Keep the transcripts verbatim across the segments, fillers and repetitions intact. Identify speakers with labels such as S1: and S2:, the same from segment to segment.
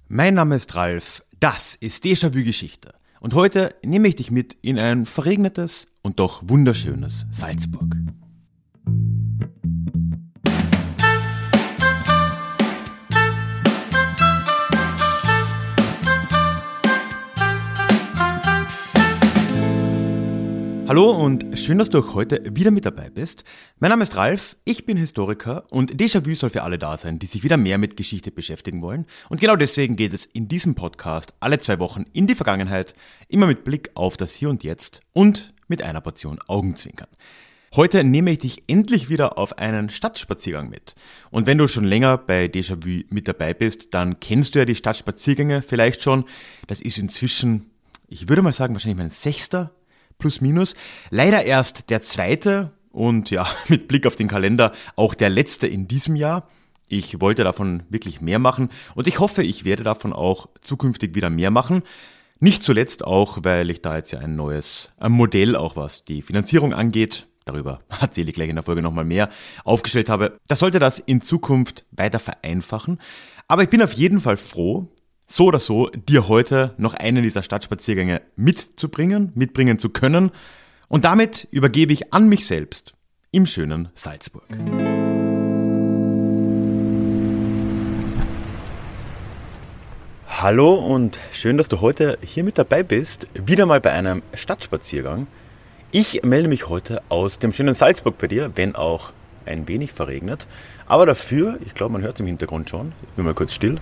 S1: Mein Name ist Ralf, das ist Déjà-vu Geschichte und heute nehme ich dich mit in ein verregnetes und doch wunderschönes Salzburg. Hallo und schön, dass du auch heute wieder mit dabei bist. Mein Name ist Ralf, ich bin Historiker und Déjà-vu soll für alle da sein, die sich wieder mehr mit Geschichte beschäftigen wollen. Und genau deswegen geht es in diesem Podcast alle zwei Wochen in die Vergangenheit, immer mit Blick auf das Hier und Jetzt und mit einer Portion Augenzwinkern. Heute nehme ich dich endlich wieder auf einen Stadtspaziergang mit. Und wenn du schon länger bei Déjà-vu mit dabei bist, dann kennst du ja die Stadtspaziergänge vielleicht schon. Das ist inzwischen, ich würde mal sagen, wahrscheinlich mein sechster plus minus. Leider erst der zweite und ja, mit Blick auf den Kalender auch der letzte in diesem Jahr. Ich wollte davon wirklich mehr machen und ich hoffe, ich werde davon auch zukünftig wieder mehr machen. Nicht zuletzt auch, weil ich da jetzt ja ein neues Modell, auch was die Finanzierung angeht, darüber erzähle ich gleich in der Folge nochmal mehr, aufgestellt habe. Das sollte das in Zukunft weiter vereinfachen. Aber ich bin auf jeden Fall froh, so oder so, dir heute noch einen dieser Stadtspaziergänge mitzubringen, mitbringen zu können. Und damit übergebe ich an mich selbst im schönen Salzburg. Hallo und schön, dass du heute hier mit dabei bist, wieder mal bei einem Stadtspaziergang. Ich melde mich heute aus dem schönen Salzburg bei dir, wenn auch ein wenig verregnet. Aber dafür, ich glaube, man hört es im Hintergrund schon, ich bin mal kurz still,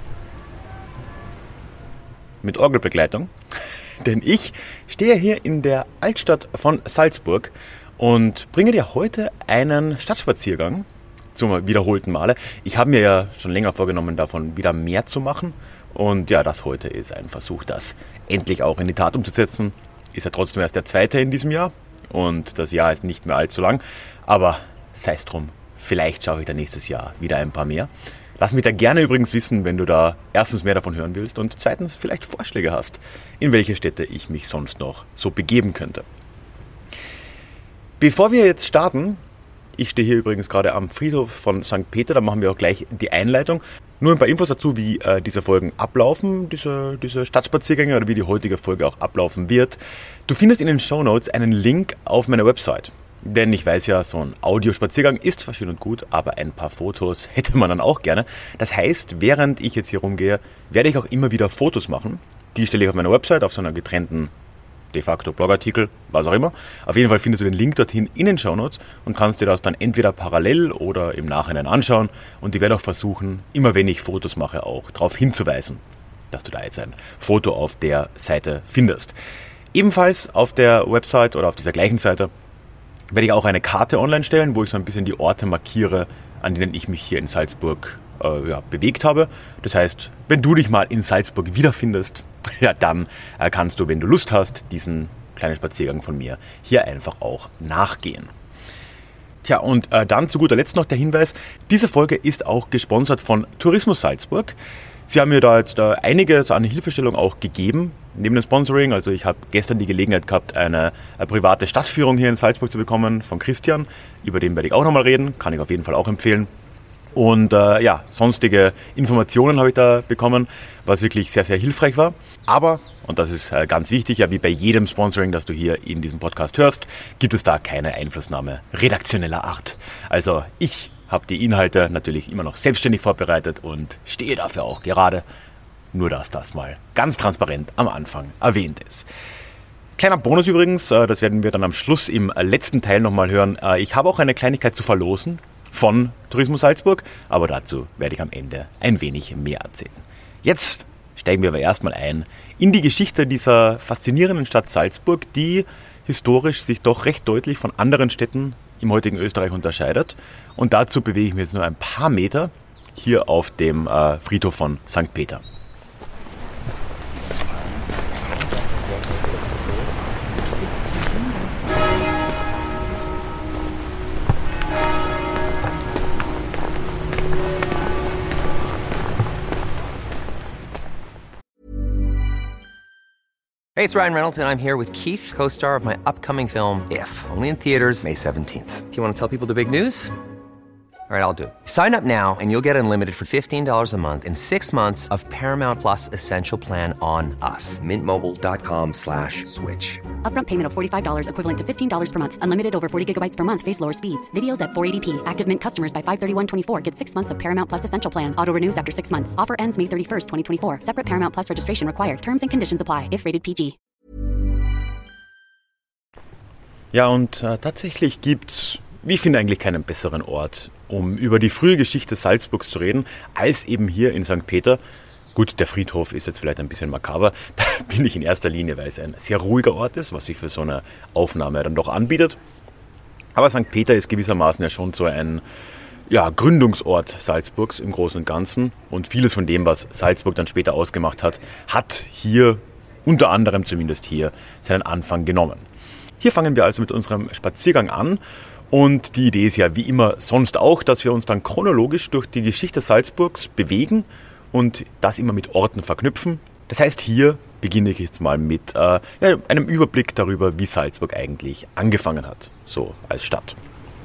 S1: mit Orgelbegleitung, denn ich stehe hier in der Altstadt von Salzburg und bringe dir heute einen Stadtspaziergang zum wiederholten Male. Ich habe mir ja schon länger vorgenommen, davon wieder mehr zu machen und ja, das heute ist ein Versuch, das endlich auch in die Tat umzusetzen. Ist ja trotzdem erst der zweite in diesem Jahr und das Jahr ist nicht mehr allzu lang, aber sei es drum, vielleicht schaffe ich da nächstes Jahr wieder ein paar mehr. Lass mich da gerne übrigens wissen, wenn du da erstens mehr davon hören willst und zweitens vielleicht Vorschläge hast, in welche Städte ich mich sonst noch so begeben könnte. Bevor wir jetzt starten, ich stehe hier übrigens gerade am Friedhof von Sankt Peter, da machen wir auch gleich die Einleitung. Nur ein paar Infos dazu, wie äh, diese Folgen ablaufen, diese, diese Stadtspaziergänge oder wie die heutige Folge auch ablaufen wird. Du findest in den Shownotes einen Link auf meiner Website. Denn ich weiß ja, so ein Audiospaziergang ist zwar schön und gut, aber ein paar Fotos hätte man dann auch gerne. Das heißt, während ich jetzt hier rumgehe, werde ich auch immer wieder Fotos machen. Die stelle ich auf meiner Website, auf so einer getrennten de facto Blogartikel, was auch immer. Auf jeden Fall findest du den Link dorthin in den Shownotes und kannst dir das dann entweder parallel oder im Nachhinein anschauen. Und ich werde auch versuchen, immer wenn ich Fotos mache, auch darauf hinzuweisen, dass du da jetzt ein Foto auf der Seite findest. Ebenfalls auf der Website oder auf dieser gleichen Seite werde ich auch eine Karte online stellen, wo ich so ein bisschen die Orte markiere, an denen ich mich hier in Salzburg äh, ja, bewegt habe. Das heißt, wenn du dich mal in Salzburg wiederfindest, ja, dann äh, kannst du, wenn du Lust hast, diesen kleinen Spaziergang von mir hier einfach auch nachgehen. Tja, und äh, dann zu guter Letzt noch der Hinweis, diese Folge ist auch gesponsert von Tourismus Salzburg. Sie haben mir da jetzt äh, einige so eine Hilfestellung auch gegeben, neben dem Sponsoring. Also ich habe gestern die Gelegenheit gehabt, eine, eine private Stadtführung hier in Salzburg zu bekommen von Christian. Über den werde ich auch nochmal reden, kann ich auf jeden Fall auch empfehlen. Und äh, ja, sonstige Informationen habe ich da bekommen, was wirklich sehr, sehr hilfreich war. Aber, und das ist äh, ganz wichtig, ja wie bei jedem Sponsoring, das du hier in diesem Podcast hörst, gibt es da keine Einflussnahme redaktioneller Art. Also ich habe die Inhalte natürlich immer noch selbstständig vorbereitet und stehe dafür auch gerade. Nur, dass das mal ganz transparent am Anfang erwähnt ist. Kleiner Bonus übrigens, das werden wir dann am Schluss im letzten Teil nochmal hören. Ich habe auch eine Kleinigkeit zu verlosen von Tourismus Salzburg, aber dazu werde ich am Ende ein wenig mehr erzählen. Jetzt steigen wir aber erstmal ein in die Geschichte dieser faszinierenden Stadt Salzburg, die historisch sich doch recht deutlich von anderen Städten im heutigen Österreich unterscheidet. Und dazu bewege ich mich jetzt nur ein paar Meter hier auf dem äh, Friedhof von Sankt Peter.
S2: Hey, it's Ryan Reynolds, and I'm here with Keith, co-star of my upcoming film, If, only in theaters May seventeenth. Do you want to tell people the big news? All right, I'll do it. Sign up now and you'll get unlimited for fifteen dollars a month and six months of Paramount Plus Essential Plan on us. Mint Mobile dot com slash switch.
S3: Upfront payment of forty-five dollars equivalent to fifteen dollars per month. Unlimited over forty gigabytes per month. Face lower speeds. Videos at four eighty p. Active Mint customers by five thirty-one twenty-four get six months of Paramount Plus Essential Plan. Auto renews after six months. Offer ends May thirty-first, twenty twenty-four. Separate Paramount Plus registration required. Terms and conditions apply if rated P G.
S1: Ja, und äh, tatsächlich gibt's, wie ich finde, eigentlich keinen besseren Ort, um über die frühe Geschichte Salzburgs zu reden, als eben hier in Sankt Peter. Gut, der Friedhof ist jetzt vielleicht ein bisschen makaber, da bin ich in erster Linie, weil es ein sehr ruhiger Ort ist, was sich für so eine Aufnahme dann doch anbietet. Aber Sankt Peter ist gewissermaßen ja schon so ein ja, Gründungsort Salzburgs im Großen und Ganzen. Und vieles von dem, was Salzburg dann später ausgemacht hat, hat hier, unter anderem zumindest hier, seinen Anfang genommen. Hier fangen wir also mit unserem Spaziergang an. Und die Idee ist ja wie immer sonst auch, dass wir uns dann chronologisch durch die Geschichte Salzburgs bewegen und das immer mit Orten verknüpfen. Das heißt, hier beginne ich jetzt mal mit äh, ja, einem Überblick darüber, wie Salzburg eigentlich angefangen hat, so als Stadt.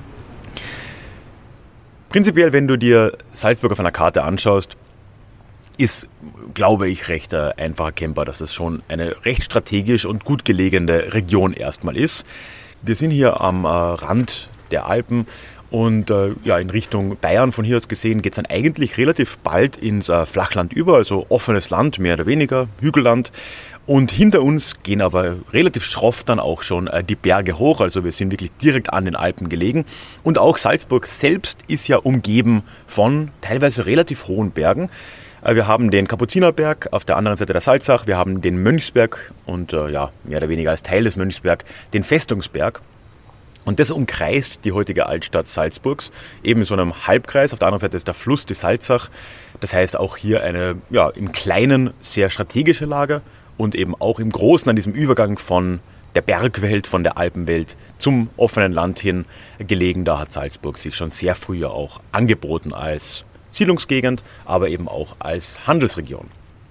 S1: Prinzipiell, wenn du dir Salzburg auf einer Karte anschaust, ist, glaube ich, recht äh, einfach erkennbar, dass es schon eine recht strategisch und gut gelegene Region erstmal ist. Wir sind hier am äh, Rand der Alpen und äh, ja, in Richtung Bayern von hier aus gesehen geht es dann eigentlich relativ bald ins äh, Flachland über, also offenes Land, mehr oder weniger, Hügelland. Und hinter uns gehen aber relativ schroff dann auch schon äh, die Berge hoch, also wir sind wirklich direkt an den Alpen gelegen. Und auch Salzburg selbst ist ja umgeben von teilweise relativ hohen Bergen. Äh, wir haben den Kapuzinerberg, auf der anderen Seite der Salzach, wir haben den Mönchsberg und äh, ja, mehr oder weniger als Teil des Mönchsberg den Festungsberg. Und das umkreist die heutige Altstadt Salzburgs, eben in so einem Halbkreis. Auf der anderen Seite ist der Fluss, die Salzach. Das heißt auch hier eine ja, im Kleinen sehr strategische Lage und eben auch im Großen an diesem Übergang von der Bergwelt, von der Alpenwelt zum offenen Land hin gelegen. Da hat Salzburg sich schon sehr früh auch angeboten als Siedlungsgegend, aber eben auch als Handelsregion.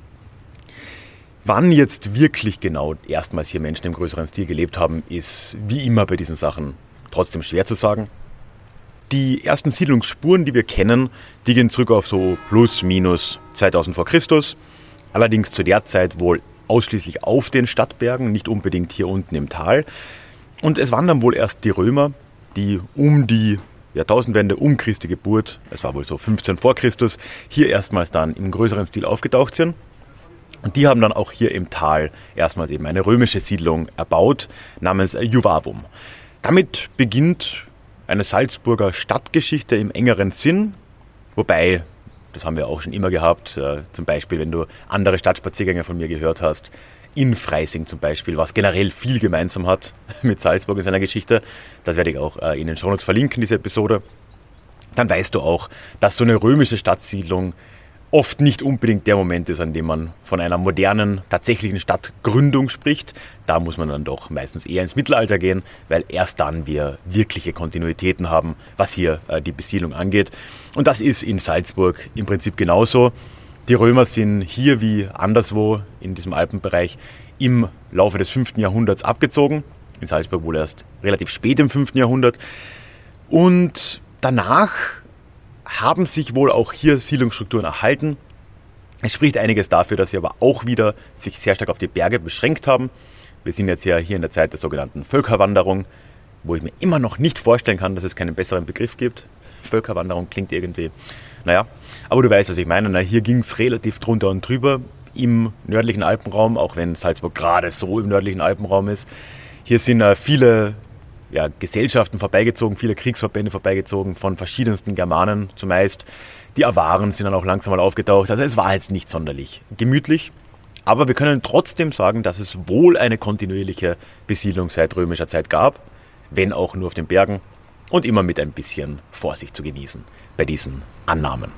S1: Wann jetzt wirklich genau erstmals hier Menschen im größeren Stil gelebt haben, ist wie immer bei diesen Sachen trotzdem schwer zu sagen. Die ersten Siedlungsspuren, die wir kennen, die gehen zurück auf so plus minus zweitausend vor Christus. Allerdings zu der Zeit wohl ausschließlich auf den Stadtbergen, nicht unbedingt hier unten im Tal. Und es waren dann wohl erst die Römer, die um die Jahrtausendwende, um Christi Geburt, es war wohl so fünfzehn vor Christus, hier erstmals dann im größeren Stil aufgetaucht sind. Und die haben dann auch hier im Tal erstmals eben eine römische Siedlung erbaut, namens Juvavum. Damit beginnt eine Salzburger Stadtgeschichte im engeren Sinn, wobei, das haben wir auch schon immer gehabt, äh, zum Beispiel, wenn du andere Stadtspaziergänge von mir gehört hast, in Freising zum Beispiel, was generell viel gemeinsam hat mit Salzburg in seiner Geschichte, das werde ich auch äh, in den Shownotes verlinken, diese Episode, dann weißt du auch, dass so eine römische Stadtsiedlung oft nicht unbedingt der Moment ist, an dem man von einer modernen, tatsächlichen Stadtgründung spricht. Da muss man dann doch meistens eher ins Mittelalter gehen, weil erst dann wir wirkliche Kontinuitäten haben, was hier äh, die Besiedlung angeht. Und das ist in Salzburg im Prinzip genauso. Die Römer sind hier wie anderswo in diesem Alpenbereich im Laufe des fünften Jahrhunderts abgezogen. In Salzburg wohl erst relativ spät im fünften Jahrhundert. Und danach haben sich wohl auch hier Siedlungsstrukturen erhalten. Es spricht einiges dafür, dass sie aber auch wieder sich sehr stark auf die Berge beschränkt haben. Wir sind jetzt ja hier in der Zeit der sogenannten Völkerwanderung, wo ich mir immer noch nicht vorstellen kann, dass es keinen besseren Begriff gibt. Völkerwanderung klingt irgendwie, naja, aber du weißt, was ich meine. Na, hier ging es relativ drunter und drüber im nördlichen Alpenraum, auch wenn Salzburg gerade so im nördlichen Alpenraum ist. Hier sind äh, viele ja, Gesellschaften vorbeigezogen, viele Kriegsverbände vorbeigezogen, von verschiedensten Germanen zumeist. Die Awaren sind dann auch langsam mal aufgetaucht. Also es war jetzt nicht sonderlich gemütlich. Aber wir können trotzdem sagen, dass es wohl eine kontinuierliche Besiedlung seit römischer Zeit gab, wenn auch nur auf den Bergen und immer mit ein bisschen Vorsicht zu genießen bei diesen Annahmen.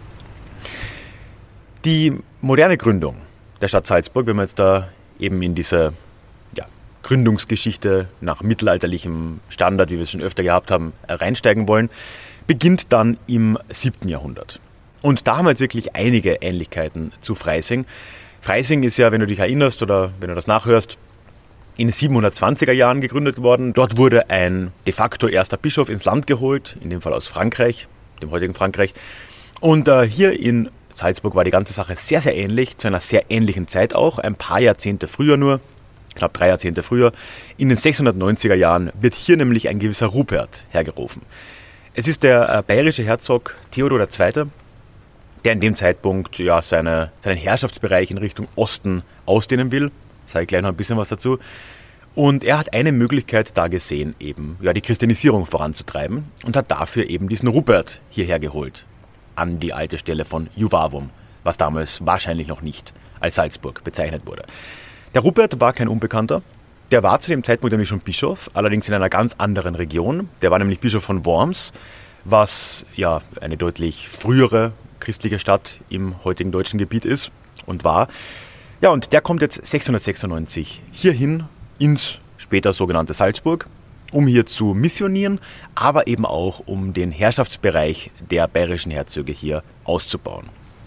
S1: Die moderne Gründung der Stadt Salzburg, wenn wir jetzt da eben in diese Gründungsgeschichte nach mittelalterlichem Standard, wie wir es schon öfter gehabt haben, reinsteigen wollen, beginnt dann im siebten Jahrhundert. Und da haben wir jetzt wirklich einige Ähnlichkeiten zu Freising. Freising ist ja, wenn du dich erinnerst oder wenn du das nachhörst, in den siebenhundertzwanziger Jahren gegründet worden. Dort wurde ein de facto erster Bischof ins Land geholt, in dem Fall aus Frankreich, dem heutigen Frankreich. Und äh, hier in Salzburg war die ganze Sache sehr, sehr ähnlich, zu einer sehr ähnlichen Zeit auch, ein paar Jahrzehnte früher nur, knapp drei Jahrzehnte früher. In den sechshundertneunziger Jahren wird hier nämlich ein gewisser Rupert hergerufen. Es ist der äh, bayerische Herzog Theodor der Zweite., der in dem Zeitpunkt ja, seine, seinen Herrschaftsbereich in Richtung Osten ausdehnen will. Sage ich gleich noch ein bisschen was dazu. Und er hat eine Möglichkeit da gesehen, eben ja, die Christianisierung voranzutreiben und hat dafür eben diesen Rupert hierher geholt, an die alte Stelle von Juvavum, was damals wahrscheinlich noch nicht als Salzburg bezeichnet wurde. Der Rupert war kein Unbekannter. Der war zu dem Zeitpunkt nämlich schon Bischof, allerdings in einer ganz anderen Region. Der war nämlich Bischof von Worms, was ja eine deutlich frühere christliche Stadt im heutigen deutschen Gebiet ist und war. Ja, und der kommt jetzt sechshundertsechsundneunzig hierhin ins später sogenannte Salzburg, um hier zu missionieren, aber eben auch um den Herrschaftsbereich der bayerischen Herzöge hier auszubauen.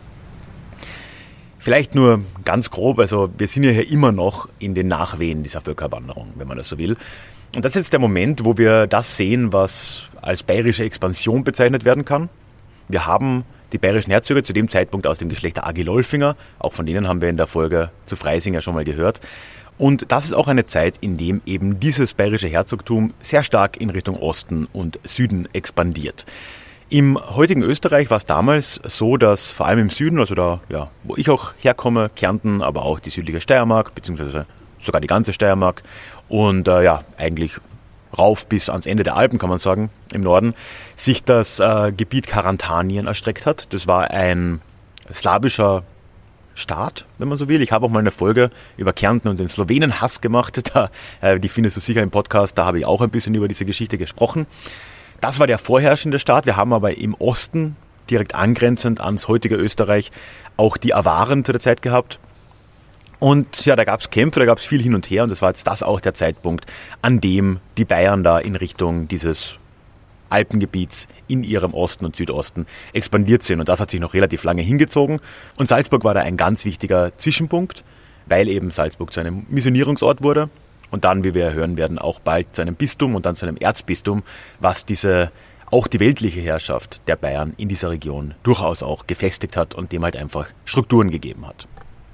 S1: Vielleicht nur ganz grob, also wir sind ja hier immer noch in den Nachwehen dieser Völkerwanderung, wenn man das so will. Und das ist jetzt der Moment, wo wir das sehen, was als bayerische Expansion bezeichnet werden kann. Wir haben die bayerischen Herzöge zu dem Zeitpunkt aus dem Geschlecht der Agilolfinger, auch von denen haben wir in der Folge zu Freising ja schon mal gehört. Und das ist auch eine Zeit, in dem eben dieses bayerische Herzogtum sehr stark in Richtung Osten und Süden expandiert. Im heutigen Österreich war es damals so, dass vor allem im Süden, also da, ja, wo ich auch herkomme, Kärnten, aber auch die südliche Steiermark, beziehungsweise sogar die ganze Steiermark und äh, ja, eigentlich rauf bis ans Ende der Alpen, kann man sagen, im Norden, sich das äh, Gebiet Karantanien erstreckt hat. Das war ein slawischer Staat, wenn man so will. Ich habe auch mal eine Folge über Kärnten und den Slowenenhass gemacht. Da, äh, die findest du sicher im Podcast. Da habe ich auch ein bisschen über diese Geschichte gesprochen. Das war der vorherrschende Staat. Wir haben aber im Osten, direkt angrenzend ans heutige Österreich, auch die Awaren zu der Zeit gehabt. Und ja, da gab es Kämpfe, da gab es viel hin und her. Und das war jetzt das auch der Zeitpunkt, an dem die Bayern da in Richtung dieses Alpengebiets in ihrem Osten und Südosten expandiert sind. Und das hat sich noch relativ lange hingezogen. Und Salzburg war da ein ganz wichtiger Zwischenpunkt, weil eben Salzburg zu einem Missionierungsort wurde. Und dann, wie wir hören werden, auch bald zu einem Bistum und dann zu einem Erzbistum, was diese, auch die weltliche Herrschaft der Bayern in dieser Region durchaus auch gefestigt hat und dem halt einfach Strukturen gegeben hat.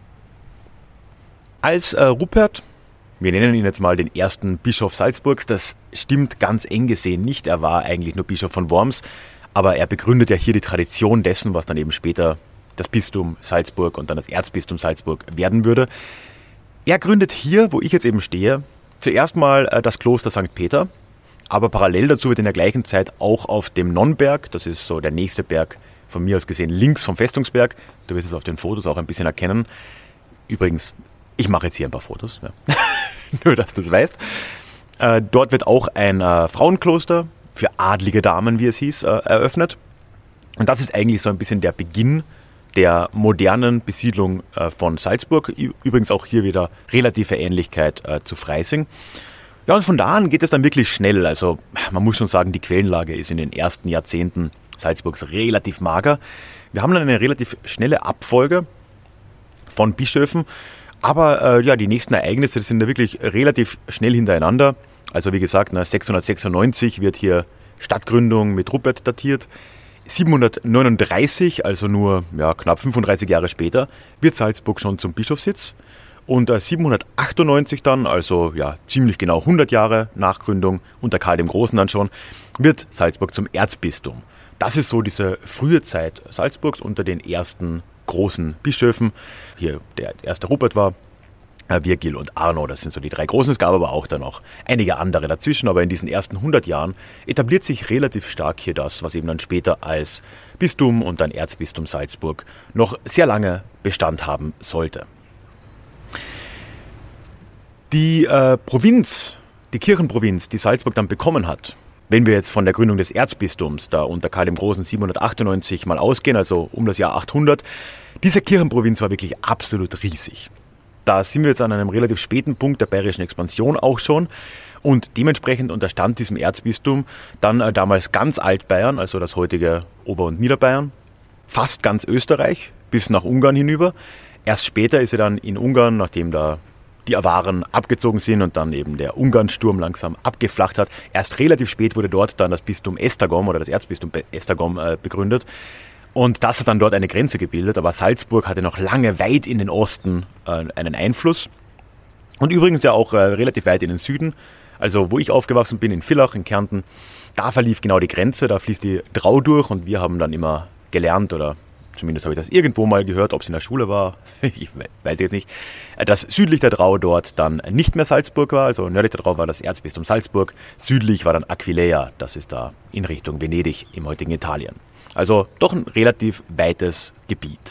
S1: Als äh, Rupert, wir nennen ihn jetzt mal den ersten Bischof Salzburgs, das stimmt ganz eng gesehen nicht, er war eigentlich nur Bischof von Worms, aber er begründet ja hier die Tradition dessen, was dann eben später das Bistum Salzburg und dann das Erzbistum Salzburg werden würde. Er gründet hier, wo ich jetzt eben stehe, zuerst mal äh, das Kloster Sankt Peter, aber parallel dazu wird in der gleichen Zeit auch auf dem Nonnberg, das ist so der nächste Berg von mir aus gesehen links vom Festungsberg, du wirst es auf den Fotos auch ein bisschen erkennen, übrigens, ich mache jetzt hier ein paar Fotos, ja. Nur dass du es weißt. Äh, dort wird auch ein äh, Frauenkloster für adlige Damen, wie es hieß, äh, eröffnet. Und das ist eigentlich so ein bisschen der Beginn der modernen Besiedlung äh, von Salzburg. Übrigens auch hier wieder relative Ähnlichkeit äh, zu Freising. Ja, und von da an geht es dann wirklich schnell. Also man muss schon sagen, die Quellenlage ist in den ersten Jahrzehnten Salzburgs relativ mager. Wir haben dann eine relativ schnelle Abfolge von Bischöfen. Aber äh, ja, die nächsten Ereignisse sind da wirklich relativ schnell hintereinander. Also wie gesagt, na, sechshundertsechsundneunzig wird hier Stadtgründung mit Rupert datiert. siebenhundertneununddreißig, also nur ja, knapp fünfunddreißig Jahre später, wird Salzburg schon zum Bischofssitz. Und äh, siebenhundertachtundneunzig dann, also ja ziemlich genau hundert Jahre nach Gründung, unter Karl dem Großen dann schon, wird Salzburg zum Erzbistum. Das ist so diese frühe Zeit Salzburgs unter den ersten großen Bischöfen. Hier der erste Rupert war, äh, Virgil und Arno, das sind so die drei großen. Es gab aber auch dann noch einige andere dazwischen, aber in diesen ersten hundert Jahren etabliert sich relativ stark hier das, was eben dann später als Bistum und dann Erzbistum Salzburg noch sehr lange Bestand haben sollte. Die äh, Provinz, die Kirchenprovinz, die Salzburg dann bekommen hat, wenn wir jetzt von der Gründung des Erzbistums da unter Karl dem Großen siebenhundertachtundneunzig mal ausgehen, also um das Jahr achthundert, diese Kirchenprovinz war wirklich absolut riesig. Da sind wir jetzt an einem relativ späten Punkt der bayerischen Expansion auch schon und dementsprechend unterstand diesem Erzbistum dann äh, damals ganz Altbayern, also das heutige Ober- und Niederbayern, fast ganz Österreich bis nach Ungarn hinüber. Erst später ist er dann in Ungarn, nachdem da die Awaren abgezogen sind und dann eben der Ungarnsturm langsam abgeflacht hat. Erst relativ spät wurde dort dann das Bistum Esztergom oder das Erzbistum Esztergom äh, begründet. Und das hat dann dort eine Grenze gebildet, aber Salzburg hatte noch lange weit in den Osten äh, einen Einfluss. Und übrigens ja auch äh, relativ weit in den Süden. Also wo ich aufgewachsen bin, in Villach, in Kärnten, da verlief genau die Grenze, da fließt die Drau durch und wir haben dann immer gelernt, oder zumindest habe ich das irgendwo mal gehört, ob es in der Schule war, ich weiß jetzt nicht, dass südlich der Drau dort dann nicht mehr Salzburg war, also nördlich der Drau war das Erzbistum Salzburg, südlich war dann Aquileia, das ist da in Richtung Venedig im heutigen Italien. Also doch ein relativ weites Gebiet.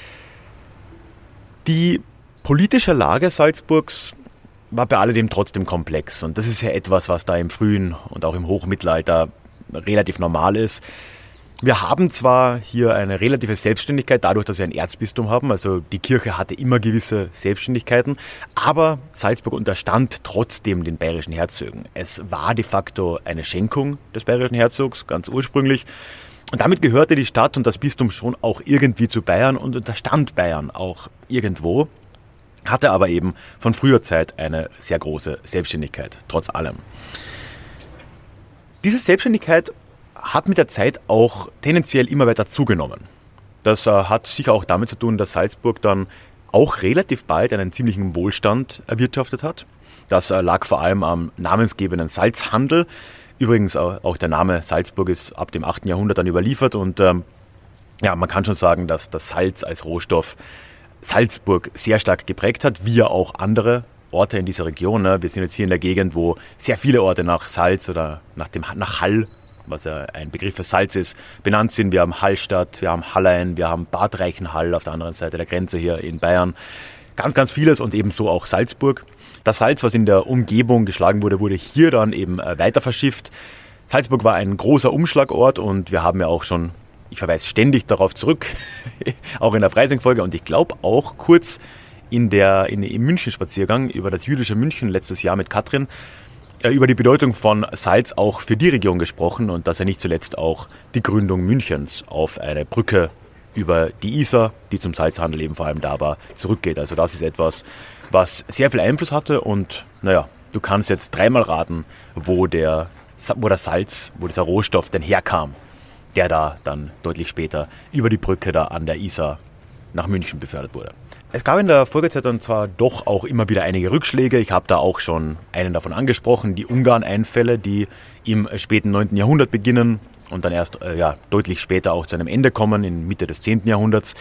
S1: Die politische Lage Salzburgs war bei alledem trotzdem komplex. Und das ist ja etwas, was da im frühen und auch im Hochmittelalter relativ normal ist. Wir haben zwar hier eine relative Selbstständigkeit, dadurch, dass wir ein Erzbistum haben, also die Kirche hatte immer gewisse Selbstständigkeiten, aber Salzburg unterstand trotzdem den bayerischen Herzögen. Es war de facto eine Schenkung des bayerischen Herzogs, ganz ursprünglich. Und damit gehörte die Stadt und das Bistum schon auch irgendwie zu Bayern und unterstand Bayern auch irgendwo, hatte aber eben von früher Zeit eine sehr große Selbstständigkeit, trotz allem. Diese Selbstständigkeit hat mit der Zeit auch tendenziell immer weiter zugenommen. Das äh, hat sicher auch damit zu tun, dass Salzburg dann auch relativ bald einen ziemlichen Wohlstand erwirtschaftet hat. Das äh, lag vor allem am namensgebenden Salzhandel. Übrigens auch, auch der Name Salzburg ist ab dem achten Jahrhundert dann überliefert und ähm, ja, man kann schon sagen, dass das Salz als Rohstoff Salzburg sehr stark geprägt hat, wie ja auch andere Orte in dieser Region. Ne? Wir sind jetzt hier in der Gegend, wo sehr viele Orte nach Salz oder nach dem nach Hall, was ja ein Begriff für Salz ist, benannt sind. Wir haben Hallstatt, wir haben Hallein, wir haben Bad Reichenhall auf der anderen Seite der Grenze hier in Bayern. Ganz, ganz vieles und ebenso auch Salzburg. Das Salz, was in der Umgebung geschlagen wurde, wurde hier dann eben weiter verschifft. Salzburg war ein großer Umschlagort und wir haben ja auch schon, ich verweise ständig darauf zurück, auch in der Freising-Folge und ich glaube auch kurz in der, in, im München-Spaziergang über das jüdische München letztes Jahr mit Katrin, äh, über die Bedeutung von Salz auch für die Region gesprochen und dass er nicht zuletzt auch die Gründung Münchens auf eine Brücke über die Isar, die zum Salzhandel eben vor allem da war, zurückgeht. Also das ist etwas, was sehr viel Einfluss hatte und naja, du kannst jetzt dreimal raten, wo der, wo der Salz, wo dieser Rohstoff denn herkam, der da dann deutlich später über die Brücke da an der Isar nach München befördert wurde. Es gab in der Folgezeit dann zwar doch auch immer wieder einige Rückschläge. Ich habe da auch schon einen davon angesprochen, die Ungarn-Einfälle, die im späten neunten Jahrhundert beginnen und dann erst äh, ja, deutlich später auch zu einem Ende kommen, in Mitte des zehnten Jahrhunderts.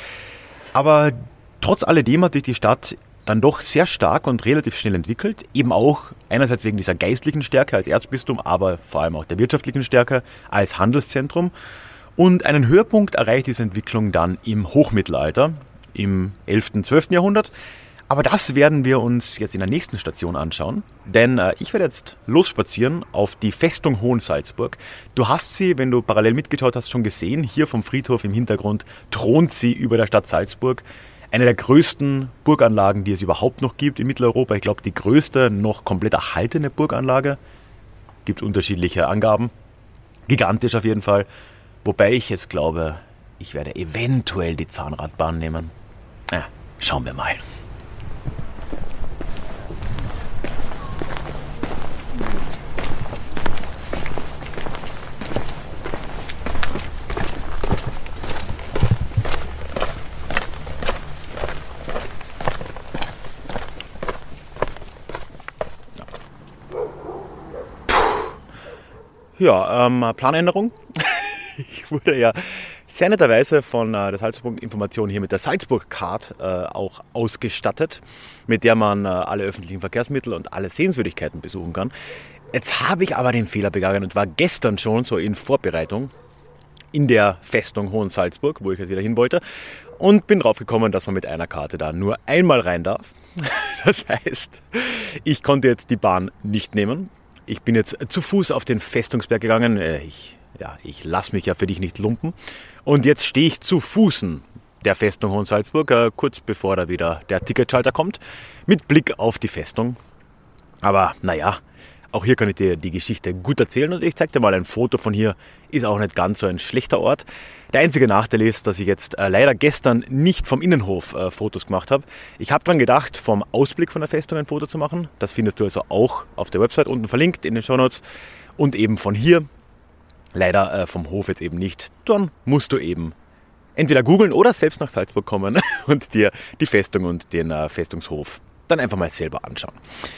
S1: Aber trotz alledem hat sich die Stadt dann doch sehr stark und relativ schnell entwickelt. Eben auch einerseits wegen dieser geistlichen Stärke als Erzbistum, aber vor allem auch der wirtschaftlichen Stärke als Handelszentrum. Und einen Höhepunkt erreicht diese Entwicklung dann im Hochmittelalter, im elften, zwölften Jahrhundert. Aber das werden wir uns jetzt in der nächsten Station anschauen, denn äh, ich werde jetzt losspazieren auf die Festung Hohensalzburg. Du hast sie, wenn du parallel mitgeschaut hast, schon gesehen. Hier vom Friedhof im Hintergrund thront sie über der Stadt Salzburg. Eine der größten Burganlagen, die es überhaupt noch gibt in Mitteleuropa. Ich glaube, die größte noch komplett erhaltene Burganlage. Gibt unterschiedliche Angaben. Gigantisch auf jeden Fall. Wobei ich jetzt glaube, ich werde eventuell die Zahnradbahn nehmen. Ja, schauen wir mal. Ja, ähm, Planänderung. Ich wurde ja sehr netterweise von äh, der Salzburg Information hier mit der Salzburg Card äh, auch ausgestattet, mit der man äh, alle öffentlichen Verkehrsmittel und alle Sehenswürdigkeiten besuchen kann. Jetzt habe ich aber den Fehler begangen und war gestern schon so in Vorbereitung in der Festung Hohensalzburg, wo ich jetzt wieder hin wollte, und bin drauf gekommen, dass man mit einer Karte da nur einmal rein darf. Das heißt, ich konnte jetzt die Bahn nicht nehmen. Ich bin jetzt zu Fuß auf den Festungsberg gegangen. Ich, ja, ich lasse mich ja für dich nicht lumpen. Und jetzt stehe ich zu Fußen der Festung Hohensalzburg, äh, kurz bevor da wieder der Ticketschalter kommt, mit Blick auf die Festung. Aber naja, Auch hier kann ich dir die Geschichte gut erzählen und ich zeige dir mal ein Foto von hier. Ist auch nicht ganz so ein schlechter Ort. Der einzige Nachteil ist, dass ich jetzt äh, leider gestern nicht vom Innenhof äh, Fotos gemacht habe. Ich habe dran gedacht, vom Ausblick von der Festung ein Foto zu machen. Das findest du also auch auf der Website unten verlinkt in den Shownotes. Und eben von hier, leider äh, vom Hof jetzt eben nicht. Dann musst du eben entweder googeln oder selbst nach Salzburg kommen und dir die Festung und den äh, Festungshof dann einfach mal selber anschauen.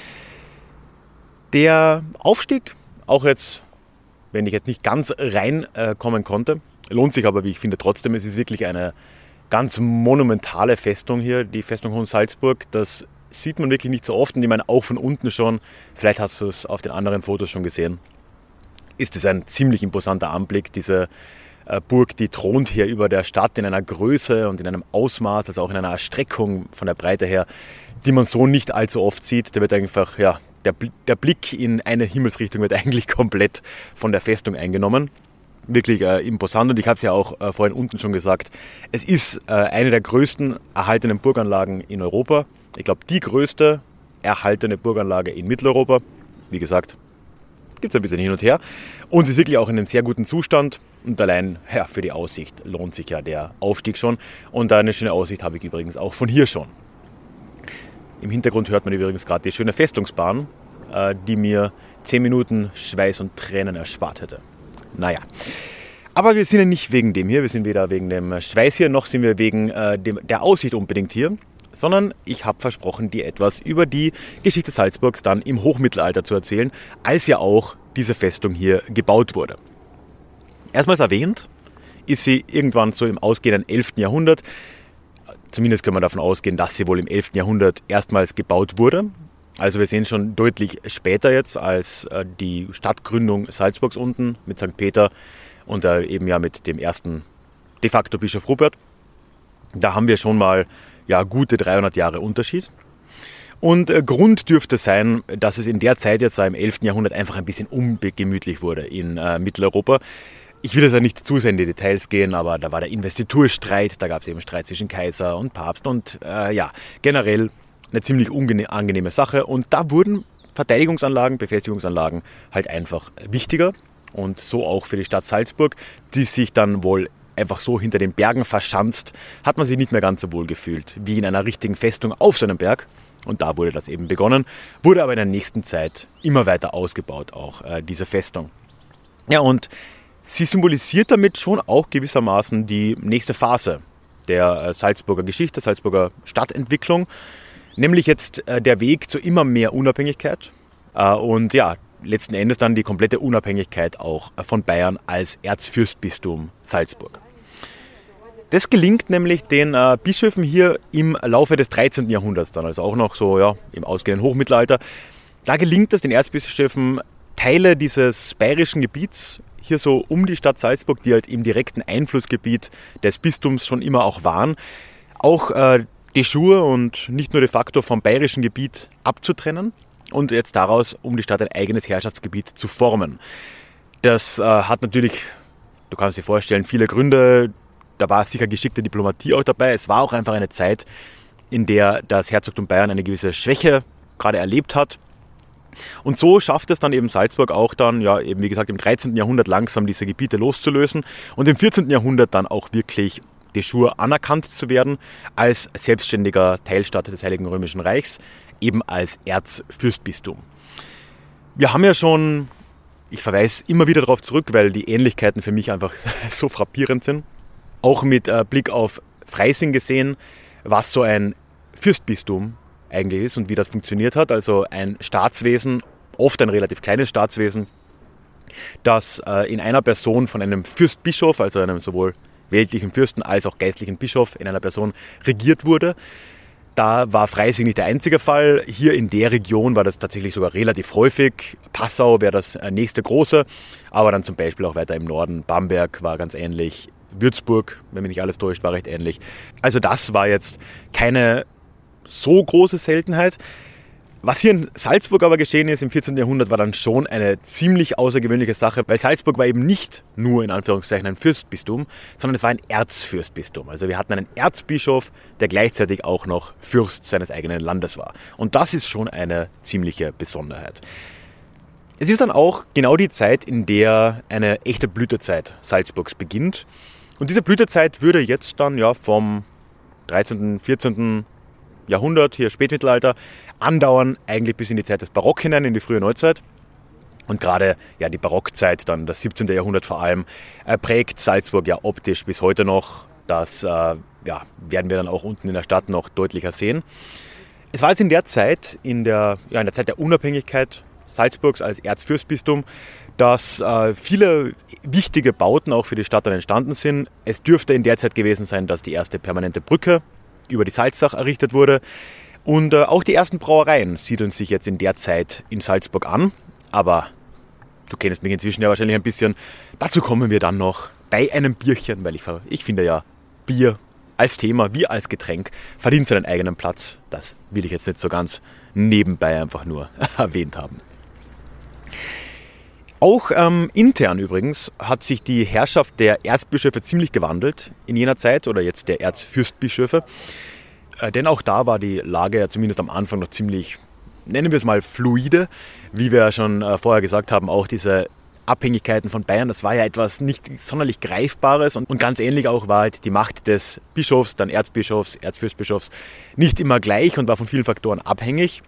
S1: Der Aufstieg, auch jetzt, wenn ich jetzt nicht ganz reinkommen äh, konnte, lohnt sich aber, wie ich finde, trotzdem. Es ist wirklich eine ganz monumentale Festung hier, die Festung Hohensalzburg. Das sieht man wirklich nicht so oft und ich meine auch von unten schon, vielleicht hast du es auf den anderen Fotos schon gesehen, ist es ein ziemlich imposanter Anblick. Diese äh, Burg, die thront hier über der Stadt in einer Größe und in einem Ausmaß, also auch in einer Erstreckung von der Breite her, die man so nicht allzu oft sieht. Da wird einfach, ja, Der, der Blick in eine Himmelsrichtung wird eigentlich komplett von der Festung eingenommen. Wirklich äh, imposant und ich habe es ja auch äh, vorhin unten schon gesagt, es ist äh, eine der größten erhaltenen Burganlagen in Europa. Ich glaube, die größte erhaltene Burganlage in Mitteleuropa. Wie gesagt, gibt es ein bisschen hin und her. Und ist wirklich auch in einem sehr guten Zustand. Und allein ja, für die Aussicht lohnt sich ja der Aufstieg schon. Und eine schöne Aussicht habe ich übrigens auch von hier schon. Im Hintergrund hört man übrigens gerade die schöne Festungsbahn, die mir zehn Minuten Schweiß und Tränen erspart hätte. Naja, aber wir sind ja nicht wegen dem hier, wir sind weder wegen dem Schweiß hier, noch sind wir wegen äh, dem, der Aussicht unbedingt hier, sondern ich habe versprochen, dir etwas über die Geschichte Salzburgs dann im Hochmittelalter zu erzählen, als ja auch diese Festung hier gebaut wurde. Erstmals erwähnt ist sie irgendwann so im ausgehenden elften Jahrhundert. Zumindest können wir davon ausgehen, dass sie wohl im elften Jahrhundert erstmals gebaut wurde. Also wir sehen schon deutlich später jetzt als äh, die Stadtgründung Salzburgs unten mit Sankt Peter und äh, eben ja mit dem ersten de facto Bischof Rupert. Da haben wir schon mal ja, gute dreihundert Jahre Unterschied. Und äh, Grund dürfte sein, dass es in der Zeit jetzt äh, im elften Jahrhundert einfach ein bisschen ungemütlich wurde in äh, Mitteleuropa. Ich will jetzt ja nicht zu sehr in die Details gehen, aber da war der Investiturstreit, da gab es eben Streit zwischen Kaiser und Papst und äh, ja, generell eine ziemlich unangenehme Sache. Und da wurden Verteidigungsanlagen, Befestigungsanlagen halt einfach wichtiger und so auch für die Stadt Salzburg, die sich dann wohl einfach so hinter den Bergen verschanzt, hat man sich nicht mehr ganz so wohl gefühlt wie in einer richtigen Festung auf so einem Berg. Und da wurde das eben begonnen, wurde aber in der nächsten Zeit immer weiter ausgebaut, auch äh, diese Festung. Ja, und sie symbolisiert damit schon auch gewissermaßen die nächste Phase der Salzburger Geschichte, Salzburger Stadtentwicklung, nämlich jetzt der Weg zu immer mehr Unabhängigkeit und ja, letzten Endes dann die komplette Unabhängigkeit auch von Bayern als Erzfürstbistum Salzburg. Das gelingt nämlich den Bischöfen hier im Laufe des dreizehnten Jahrhunderts dann, also auch noch so ja, im ausgehenden Hochmittelalter. Da gelingt es den Erzbischöfen, Teile dieses bayerischen Gebiets hier so um die Stadt Salzburg, die halt im direkten Einflussgebiet des Bistums schon immer auch waren, auch äh, de jure und nicht nur de facto vom bayerischen Gebiet abzutrennen und jetzt daraus um die Stadt ein eigenes Herrschaftsgebiet zu formen. Das äh, hat natürlich, du kannst dir vorstellen, viele Gründe. Da war sicher geschickte Diplomatie auch dabei. Es war auch einfach eine Zeit, in der das Herzogtum Bayern eine gewisse Schwäche gerade erlebt hat. Und so schafft es dann eben Salzburg auch dann, ja eben wie gesagt im dreizehnten Jahrhundert langsam diese Gebiete loszulösen und im vierzehnten Jahrhundert dann auch wirklich de jure anerkannt zu werden als selbstständiger Teilstaat des Heiligen Römischen Reichs, eben als Erzfürstbistum. Wir haben ja schon, ich verweise immer wieder darauf zurück, weil die Ähnlichkeiten für mich einfach so frappierend sind, auch mit äh, Blick auf Freising gesehen, was so ein Fürstbistum eigentlich ist und wie das funktioniert hat. Also ein Staatswesen, oft ein relativ kleines Staatswesen, das äh, in einer Person von einem Fürstbischof, also einem sowohl weltlichen Fürsten als auch geistlichen Bischof in einer Person regiert wurde. Da war Freising nicht der einzige Fall. Hier in der Region war das tatsächlich sogar relativ häufig. Passau wäre das nächste große, aber dann zum Beispiel auch weiter im Norden. Bamberg war ganz ähnlich. Würzburg, wenn mich nicht alles täuscht, war recht ähnlich. Also das war jetzt keine so große Seltenheit. Was hier in Salzburg aber geschehen ist im vierzehnten Jahrhundert, war dann schon eine ziemlich außergewöhnliche Sache, weil Salzburg war eben nicht nur in Anführungszeichen ein Fürstbistum, sondern es war ein Erzfürstbistum. Also wir hatten einen Erzbischof, der gleichzeitig auch noch Fürst seines eigenen Landes war. Und das ist schon eine ziemliche Besonderheit. Es ist dann auch genau die Zeit, in der eine echte Blütezeit Salzburgs beginnt. Und diese Blütezeit würde jetzt dann ja vom dreizehnten, vierzehnten Jahrhundert, hier Spätmittelalter, andauern, eigentlich bis in die Zeit des Barock hinein, in die frühe Neuzeit. Und gerade ja, die Barockzeit, dann das siebzehnte Jahrhundert vor allem, äh, prägt Salzburg ja optisch bis heute noch. Das äh, ja, werden wir dann auch unten in der Stadt noch deutlicher sehen. Es war jetzt in der Zeit, in der, ja, in der Zeit der Unabhängigkeit Salzburgs als Erzfürstbistum, dass äh, viele wichtige Bauten auch für die Stadt dann entstanden sind. Es dürfte in der Zeit gewesen sein, dass die erste permanente Brücke über die Salzach errichtet wurde. Und äh, auch die ersten Brauereien siedeln sich jetzt in der Zeit in Salzburg an. Aber du kennst mich inzwischen ja wahrscheinlich ein bisschen. Dazu kommen wir dann noch bei einem Bierchen, weil ich, ich finde ja, Bier als Thema wie als Getränk verdient seinen eigenen Platz. Das will ich jetzt nicht so ganz nebenbei einfach nur erwähnt haben. Auch ähm, intern übrigens hat sich die Herrschaft der Erzbischöfe ziemlich gewandelt in jener Zeit oder jetzt der Erzfürstbischöfe. Äh, denn auch da war die Lage ja zumindest am Anfang noch ziemlich, nennen wir es mal, fluide. Wie wir ja schon äh, vorher gesagt haben, auch diese Abhängigkeiten von Bayern, das war ja etwas nicht sonderlich Greifbares. Und, und ganz ähnlich auch war halt die Macht des Bischofs, dann Erzbischofs, Erzfürstbischofs nicht immer gleich und war von vielen Faktoren abhängig.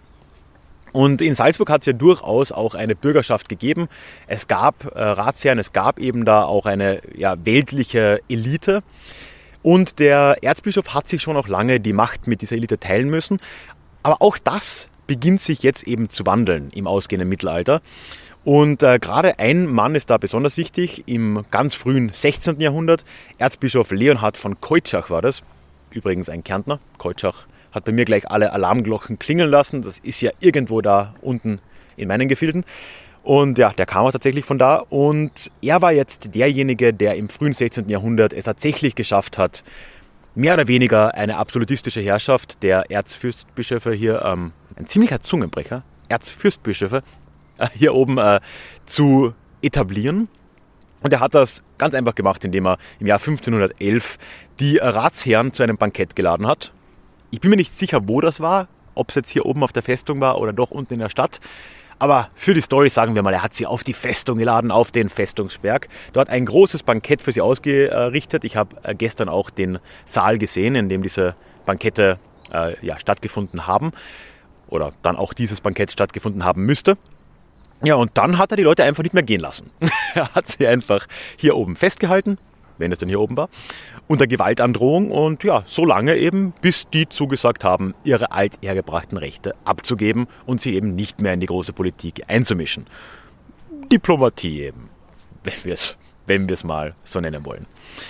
S1: Und in Salzburg hat es ja durchaus auch eine Bürgerschaft gegeben. Es gab äh, Ratsherren, es gab eben da auch eine ja, weltliche Elite. Und der Erzbischof hat sich schon auch lange die Macht mit dieser Elite teilen müssen. Aber auch das beginnt sich jetzt eben zu wandeln im ausgehenden Mittelalter. Und äh, gerade ein Mann ist da besonders wichtig, im ganz frühen sechzehnten Jahrhundert. Erzbischof Leonhard von Keutschach war das. Übrigens ein Kärntner, Keutschach. Hat bei mir gleich alle Alarmglocken klingeln lassen. Das ist ja irgendwo da unten in meinen Gefilden. Und ja, der kam auch tatsächlich von da. Und er war jetzt derjenige, der im frühen sechzehnten Jahrhundert es tatsächlich geschafft hat, mehr oder weniger eine absolutistische Herrschaft der Erzfürstbischöfe hier, ähm, ein ziemlicher Zungenbrecher, Erzfürstbischöfe, äh, hier oben äh, zu etablieren. Und er hat das ganz einfach gemacht, indem er im Jahr fünfzehnhundertelf die Ratsherren zu einem Bankett geladen hat. Ich bin mir nicht sicher, wo das war, ob es jetzt hier oben auf der Festung war oder doch unten in der Stadt. Aber für die Story sagen wir mal, er hat sie auf die Festung geladen, auf den Festungsberg. Dort ein großes Bankett für sie ausgerichtet. Ich habe gestern auch den Saal gesehen, in dem diese Bankette äh, ja, stattgefunden haben. Oder dann auch dieses Bankett stattgefunden haben müsste. Ja, und dann hat er die Leute einfach nicht mehr gehen lassen. Er hat sie einfach hier oben festgehalten, wenn es denn hier oben war, unter Gewaltandrohung und ja, so lange eben, bis die zugesagt haben, ihre althergebrachten Rechte abzugeben und sie eben nicht mehr in die große Politik einzumischen. Diplomatie eben, wenn wir es wenn wir es mal so nennen wollen.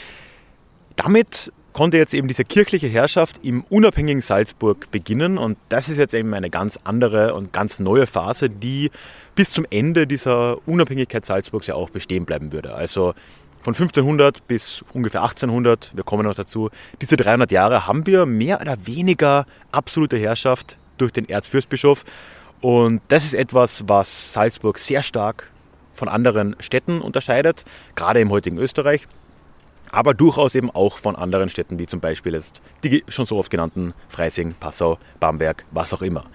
S1: Damit konnte jetzt eben diese kirchliche Herrschaft im unabhängigen Salzburg beginnen und das ist jetzt eben eine ganz andere und ganz neue Phase, die bis zum Ende dieser Unabhängigkeit Salzburgs ja auch bestehen bleiben würde. Also von fünfzehnhundert bis ungefähr achtzehnhundert, wir kommen noch dazu, diese dreihundert Jahre haben wir mehr oder weniger absolute Herrschaft durch den Erzfürstbischof. Und das ist etwas, was Salzburg sehr stark von anderen Städten unterscheidet, gerade im heutigen Österreich, aber durchaus eben auch von anderen Städten, wie zum Beispiel jetzt die schon so oft genannten Freising, Passau, Bamberg, was auch immer.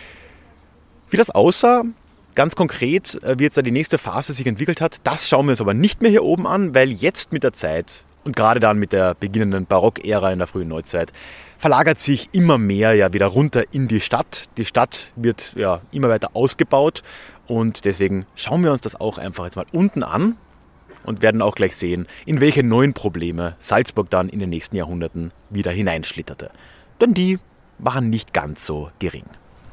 S1: Wie das aussah, ganz konkret, wie jetzt da die nächste Phase sich entwickelt hat, das schauen wir uns aber nicht mehr hier oben an, weil jetzt mit der Zeit und gerade dann mit der beginnenden Barockära in der frühen Neuzeit verlagert sich immer mehr ja wieder runter in die Stadt. Die Stadt wird ja immer weiter ausgebaut und deswegen schauen wir uns das auch einfach jetzt mal unten an und werden auch gleich sehen, in welche neuen Probleme Salzburg dann in den nächsten Jahrhunderten wieder hineinschlitterte. Denn die waren nicht ganz so gering.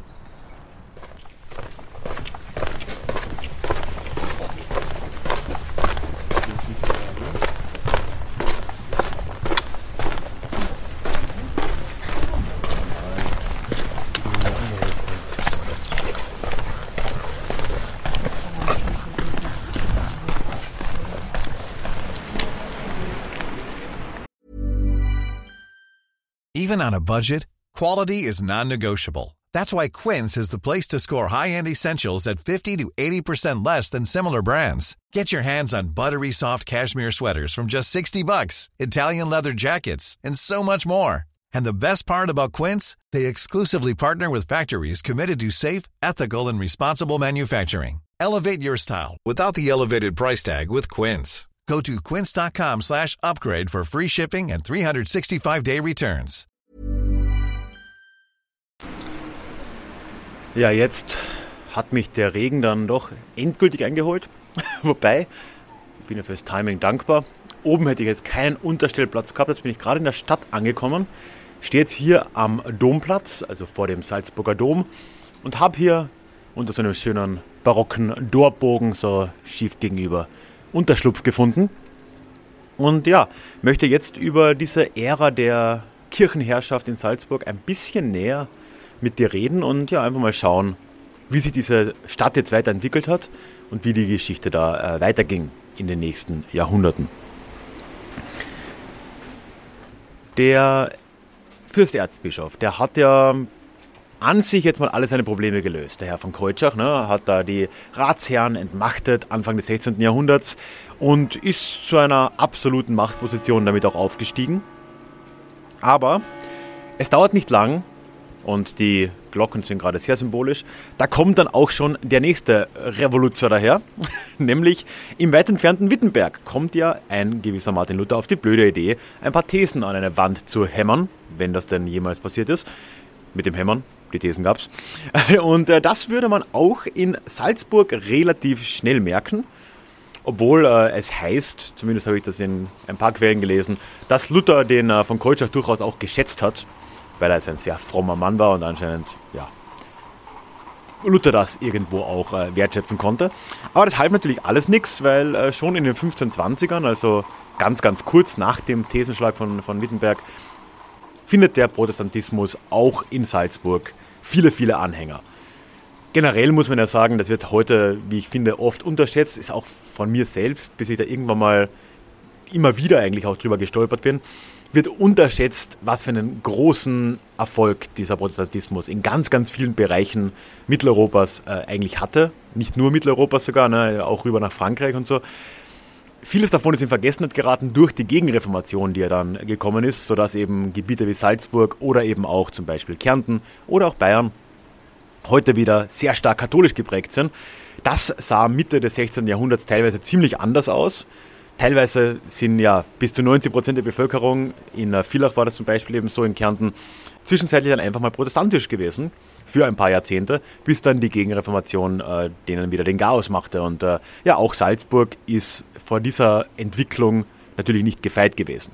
S4: Even on a budget, quality is non-negotiable. That's why Quince is the place to score high-end essentials at fifty to eighty percent less than similar brands. Get your hands on buttery soft cashmere sweaters from just sixty bucks, Italian leather jackets, and so much more. And the best part about Quince, they exclusively partner with factories committed to safe, ethical, and responsible manufacturing. Elevate your style without the elevated price tag with Quince. Go to quince.com slash upgrade for free shipping and three sixty-five day returns.
S1: Ja, jetzt hat mich der Regen dann doch endgültig eingeholt. Wobei, ich bin ja fürs Timing dankbar. Oben hätte ich jetzt keinen Unterstellplatz gehabt. Jetzt bin ich gerade in der Stadt angekommen. Stehe jetzt hier am Domplatz, also vor dem Salzburger Dom. Und habe hier unter so einem schönen barocken Dorbogen so schief gegenüber Unterschlupf gefunden. Und ja, möchte jetzt über diese Ära der Kirchenherrschaft in Salzburg ein bisschen näher mit dir reden und ja, einfach mal schauen, wie sich diese Stadt jetzt weiterentwickelt hat und wie die Geschichte da äh, weiterging in den nächsten Jahrhunderten. Der Fürsterzbischof, der hat ja an sich jetzt mal alle seine Probleme gelöst. Der Herr von Keutschach, ne, hat da die Ratsherren entmachtet Anfang des sechzehnten. Jahrhunderts und ist zu einer absoluten Machtposition damit auch aufgestiegen. Aber es dauert nicht lang und die Glocken sind gerade sehr symbolisch. Da kommt dann auch schon der nächste Revoluzer daher, nämlich im weit entfernten Wittenberg kommt ja ein gewisser Martin Luther auf die blöde Idee, ein paar Thesen an eine Wand zu hämmern, wenn das denn jemals passiert ist. Mit dem Hämmern, die Thesen gab's. Und äh, das würde man auch in Salzburg relativ schnell merken, obwohl äh, es heißt, zumindest habe ich das in ein paar Quellen gelesen, dass Luther den äh, von Keutschach durchaus auch geschätzt hat, weil er ein sehr frommer Mann war und anscheinend, ja, Luther das irgendwo auch äh, wertschätzen konnte. Aber das half natürlich alles nichts, weil äh, schon in den fünfzehnhundertzwanzigern, also ganz, ganz kurz nach dem Thesenschlag von, von Wittenberg, findet der Protestantismus auch in Salzburg viele, viele Anhänger. Generell muss man ja sagen, das wird heute, wie ich finde, oft unterschätzt, ist auch von mir selbst, bis ich da irgendwann mal immer wieder eigentlich auch drüber gestolpert bin, wird unterschätzt, was für einen großen Erfolg dieser Protestantismus in ganz, ganz vielen Bereichen Mitteleuropas äh, eigentlich hatte. Nicht nur Mitteleuropas sogar, ne, auch rüber nach Frankreich und so. Vieles davon ist in Vergessenheit geraten durch die Gegenreformation, die ja dann gekommen ist, sodass eben Gebiete wie Salzburg oder eben auch zum Beispiel Kärnten oder auch Bayern heute wieder sehr stark katholisch geprägt sind. Das sah Mitte des sechzehnten. Jahrhunderts teilweise ziemlich anders aus. Teilweise sind ja bis zu neunzig Prozent der Bevölkerung, in Villach war das zum Beispiel eben so in Kärnten, zwischenzeitlich dann einfach mal protestantisch gewesen für ein paar Jahrzehnte, bis dann die Gegenreformation äh, denen wieder den Chaos machte. Und äh, ja, auch Salzburg ist vor dieser Entwicklung natürlich nicht gefeit gewesen.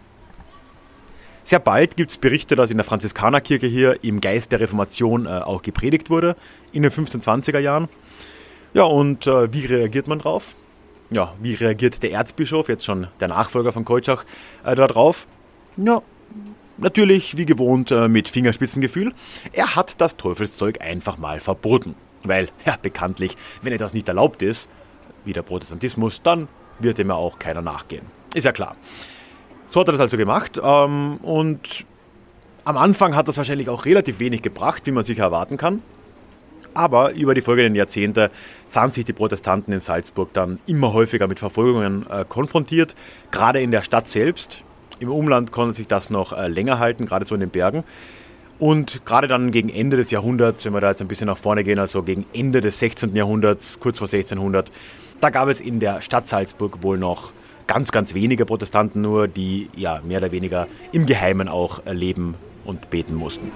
S1: Sehr bald gibt es Berichte, dass in der Franziskanerkirche hier im Geist der Reformation äh, auch gepredigt wurde, in den fünfzehnhundertzwanziger Jahren. Ja, und äh, wie reagiert man drauf? Ja, wie reagiert der Erzbischof, jetzt schon der Nachfolger von Keutschach, äh, darauf? Ja, natürlich wie gewohnt äh, mit Fingerspitzengefühl. Er hat das Teufelszeug einfach mal verboten. Weil, ja, bekanntlich, wenn etwas nicht erlaubt ist, wie der Protestantismus, dann wird dem ja auch keiner nachgehen. Ist ja klar. So hat er das also gemacht ähm, und am Anfang hat das wahrscheinlich auch relativ wenig gebracht, wie man sich erwarten kann. Aber über die folgenden Jahrzehnte sahen sich die Protestanten in Salzburg dann immer häufiger mit Verfolgungen äh, konfrontiert, gerade in der Stadt selbst. Im Umland konnte sich das noch äh, länger halten, gerade so in den Bergen. Und gerade dann gegen Ende des Jahrhunderts, wenn wir da jetzt ein bisschen nach vorne gehen, also gegen Ende des sechzehnten. Jahrhunderts, kurz vor sechzehnhundert, da gab es in der Stadt Salzburg wohl noch ganz, ganz wenige Protestanten nur, die ja mehr oder weniger im Geheimen auch äh, leben und beten mussten.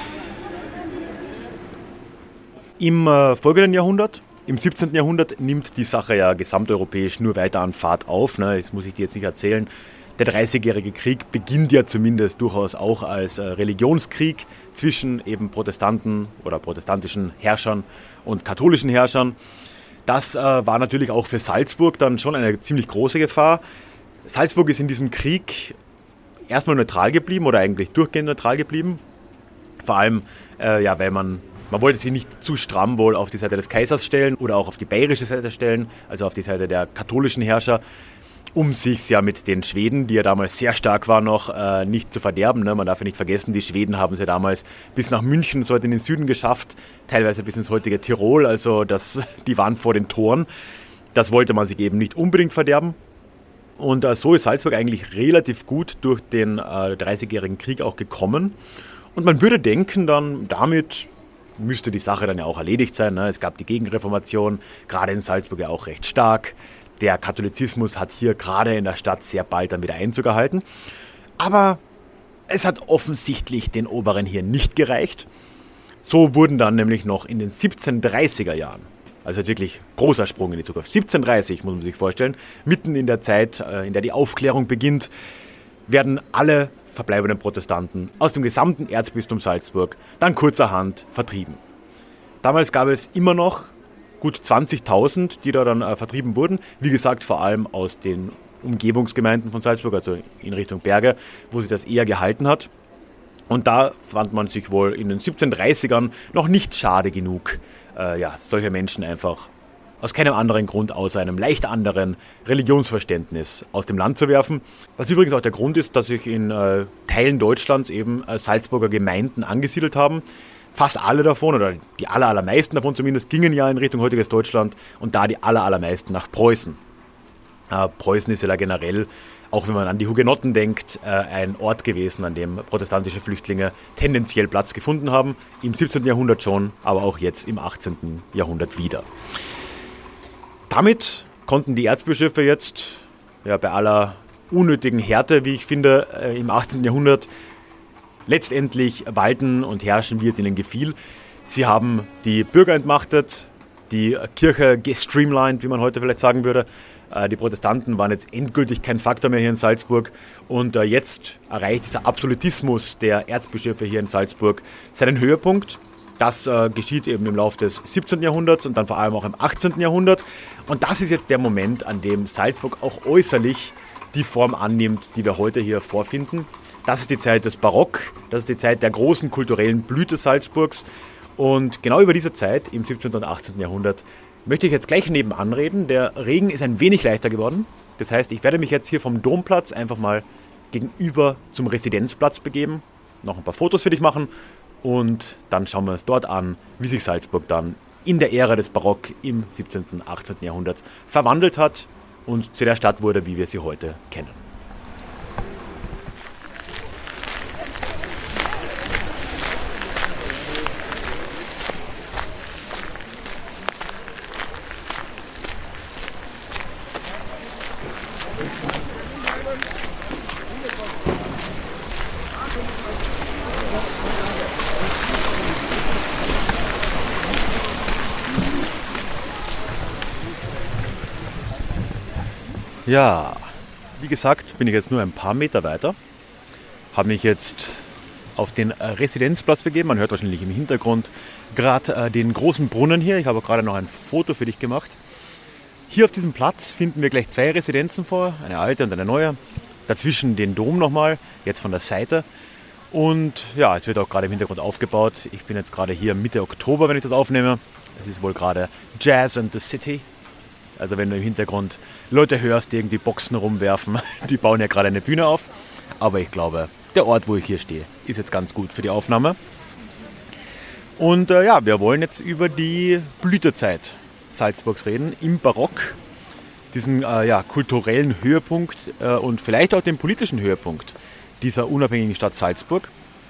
S1: Im äh, folgenden Jahrhundert, im siebzehnten. Jahrhundert, nimmt die Sache ja gesamteuropäisch nur weiter an Fahrt auf. Ne? Das muss ich dir jetzt nicht erzählen. Der dreißigjährige Krieg beginnt ja zumindest durchaus auch als äh, Religionskrieg zwischen eben Protestanten oder protestantischen Herrschern und katholischen Herrschern. Das äh, war natürlich auch für Salzburg dann schon eine ziemlich große Gefahr. Salzburg ist in diesem Krieg erstmal neutral geblieben oder eigentlich durchgehend neutral geblieben. Vor allem, äh, ja, weil man Man wollte sich nicht zu stramm wohl auf die Seite des Kaisers stellen oder auch auf die bayerische Seite stellen, also auf die Seite der katholischen Herrscher, um sich ja mit den Schweden, die ja damals sehr stark waren, noch äh, nicht zu verderben. Ne? Man darf ja nicht vergessen, die Schweden haben es ja damals bis nach München, so weit in den Süden geschafft, teilweise bis ins heutige Tirol, also das, die waren vor den Toren. Das wollte man sich eben nicht unbedingt verderben. Und äh, so ist Salzburg eigentlich relativ gut durch den äh, dreißigjährigen Krieg auch gekommen. Und man würde denken dann damit, müsste die Sache dann ja auch erledigt sein. Ne? Es gab die Gegenreformation, gerade in Salzburg ja auch recht stark. Der Katholizismus hat hier gerade in der Stadt sehr bald dann wieder Einzug erhalten. Aber es hat offensichtlich den Oberen hier nicht gereicht. So wurden dann nämlich noch in den siebzehnhundertdreißiger Jahren, also wirklich großer Sprung in die Zukunft, siebzehnhundertdreißig muss man sich vorstellen, mitten in der Zeit, in der die Aufklärung beginnt, werden alle verbleibenden Protestanten aus dem gesamten Erzbistum Salzburg dann kurzerhand vertrieben. Damals gab es immer noch gut zwanzigtausend, die da dann äh, vertrieben wurden. Wie gesagt, vor allem aus den Umgebungsgemeinden von Salzburg, also in Richtung Berge, wo sich das eher gehalten hat. Und da fand man sich wohl in den siebzehnhundertdreißigern noch nicht schade genug, äh, ja, solche Menschen einfach aus keinem anderen Grund außer einem leicht anderen Religionsverständnis aus dem Land zu werfen. Was übrigens auch der Grund ist, dass sich in äh, Teilen Deutschlands eben äh, Salzburger Gemeinden angesiedelt haben. Fast alle davon, oder die aller, allermeisten davon zumindest, gingen ja in Richtung heutiges Deutschland und da die aller, allermeisten nach Preußen. Äh, Preußen ist ja generell, auch wenn man an die Hugenotten denkt, äh, ein Ort gewesen, an dem protestantische Flüchtlinge tendenziell Platz gefunden haben. Im siebzehnten Jahrhundert schon, aber auch jetzt im achtzehnten Jahrhundert wieder. Damit konnten die Erzbischöfe jetzt, ja, bei aller unnötigen Härte, wie ich finde, äh, im achtzehnten Jahrhundert letztendlich walten und herrschen, wie es ihnen gefiel. Sie haben die Bürger entmachtet, die Kirche gestreamlined, wie man heute vielleicht sagen würde. Äh, die Protestanten waren jetzt endgültig kein Faktor mehr hier in Salzburg. Und äh, jetzt erreicht dieser Absolutismus der Erzbischöfe hier in Salzburg seinen Höhepunkt. Das äh, geschieht eben im Laufe des siebzehnten Jahrhunderts und dann vor allem auch im achtzehnten Jahrhundert. Und das ist jetzt der Moment, an dem Salzburg auch äußerlich die Form annimmt, die wir heute hier vorfinden. Das ist die Zeit des Barock, das ist die Zeit der großen kulturellen Blüte Salzburgs. Und genau über diese Zeit im siebzehnten und achtzehnten Jahrhundert möchte ich jetzt gleich nebenan reden. Der Regen ist ein wenig leichter geworden. Das heißt, ich werde mich jetzt hier vom Domplatz einfach mal gegenüber zum Residenzplatz begeben, noch ein paar Fotos für dich machen und dann schauen wir uns dort an, wie sich Salzburg dann in der Ära des Barock im siebzehnten und achtzehnten Jahrhundert verwandelt hat und zu der Stadt wurde, wie wir sie heute kennen. Ja, wie gesagt, bin ich jetzt nur ein paar Meter weiter, habe mich jetzt auf den Residenzplatz begeben. Man hört wahrscheinlich im Hintergrund gerade äh, den großen Brunnen hier. Ich habe gerade noch ein Foto für dich gemacht. Hier auf diesem Platz finden wir gleich zwei Residenzen vor, eine alte und eine neue. Dazwischen den Dom nochmal, jetzt von der Seite. Und ja, es wird auch gerade im Hintergrund aufgebaut. Ich bin jetzt gerade hier Mitte Oktober, wenn ich das aufnehme. Es ist wohl gerade Jazz and the City. Also wenn du im Hintergrund Leute hörst, die irgendwie Boxen rumwerfen, die bauen ja gerade eine Bühne auf. Aber ich glaube, der Ort, wo ich hier stehe, ist jetzt ganz gut für die Aufnahme. Und äh, ja, wir wollen jetzt über die Blütezeit Salzburgs reden, im Barock. Diesen äh, ja, kulturellen Höhepunkt äh, und vielleicht auch den politischen Höhepunkt dieser unabhängigen Stadt Salzburg.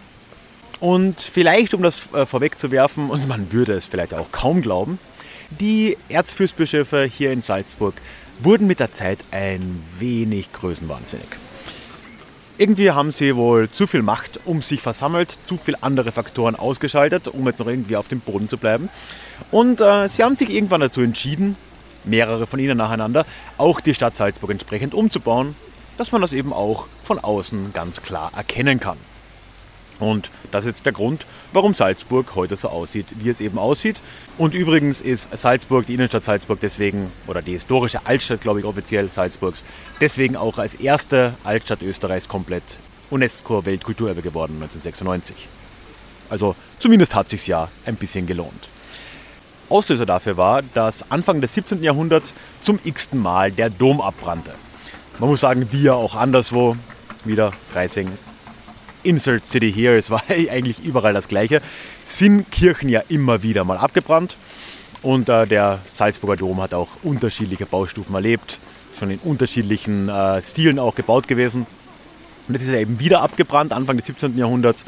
S1: Und vielleicht, um das äh, vorwegzuwerfen, und man würde es vielleicht auch kaum glauben, die Erzfürstbischöfe hier in Salzburg wurden mit der Zeit ein wenig größenwahnsinnig. Irgendwie haben sie wohl zu viel Macht um sich versammelt, zu viele andere Faktoren ausgeschaltet, um jetzt noch irgendwie auf dem Boden zu bleiben. Und äh, sie haben sich irgendwann dazu entschieden, mehrere von ihnen nacheinander, auch die Stadt Salzburg entsprechend umzubauen, dass man das eben auch von außen ganz klar erkennen kann. Und das ist jetzt der Grund, warum Salzburg heute so aussieht, wie es eben aussieht. Und übrigens ist Salzburg, die Innenstadt Salzburg deswegen, oder die historische Altstadt, glaube ich, offiziell Salzburgs, deswegen auch als erste Altstadt Österreichs komplett UNESCO-Weltkulturerbe geworden neunzehnhundertsechsundneunzig. Also zumindest hat sich's ja ein bisschen gelohnt. Auslöser dafür war, dass Anfang des siebzehnten Jahrhunderts zum x-ten Mal der Dom abbrannte. Man muss sagen, wie ja auch anderswo, wieder Freising, Insert City here, es war eigentlich überall das Gleiche, sind Kirchen ja immer wieder mal abgebrannt. Und äh, der Salzburger Dom hat auch unterschiedliche Baustufen erlebt, schon in unterschiedlichen äh, Stilen auch gebaut gewesen. Und jetzt ist er eben wieder abgebrannt, Anfang des siebzehnten Jahrhunderts.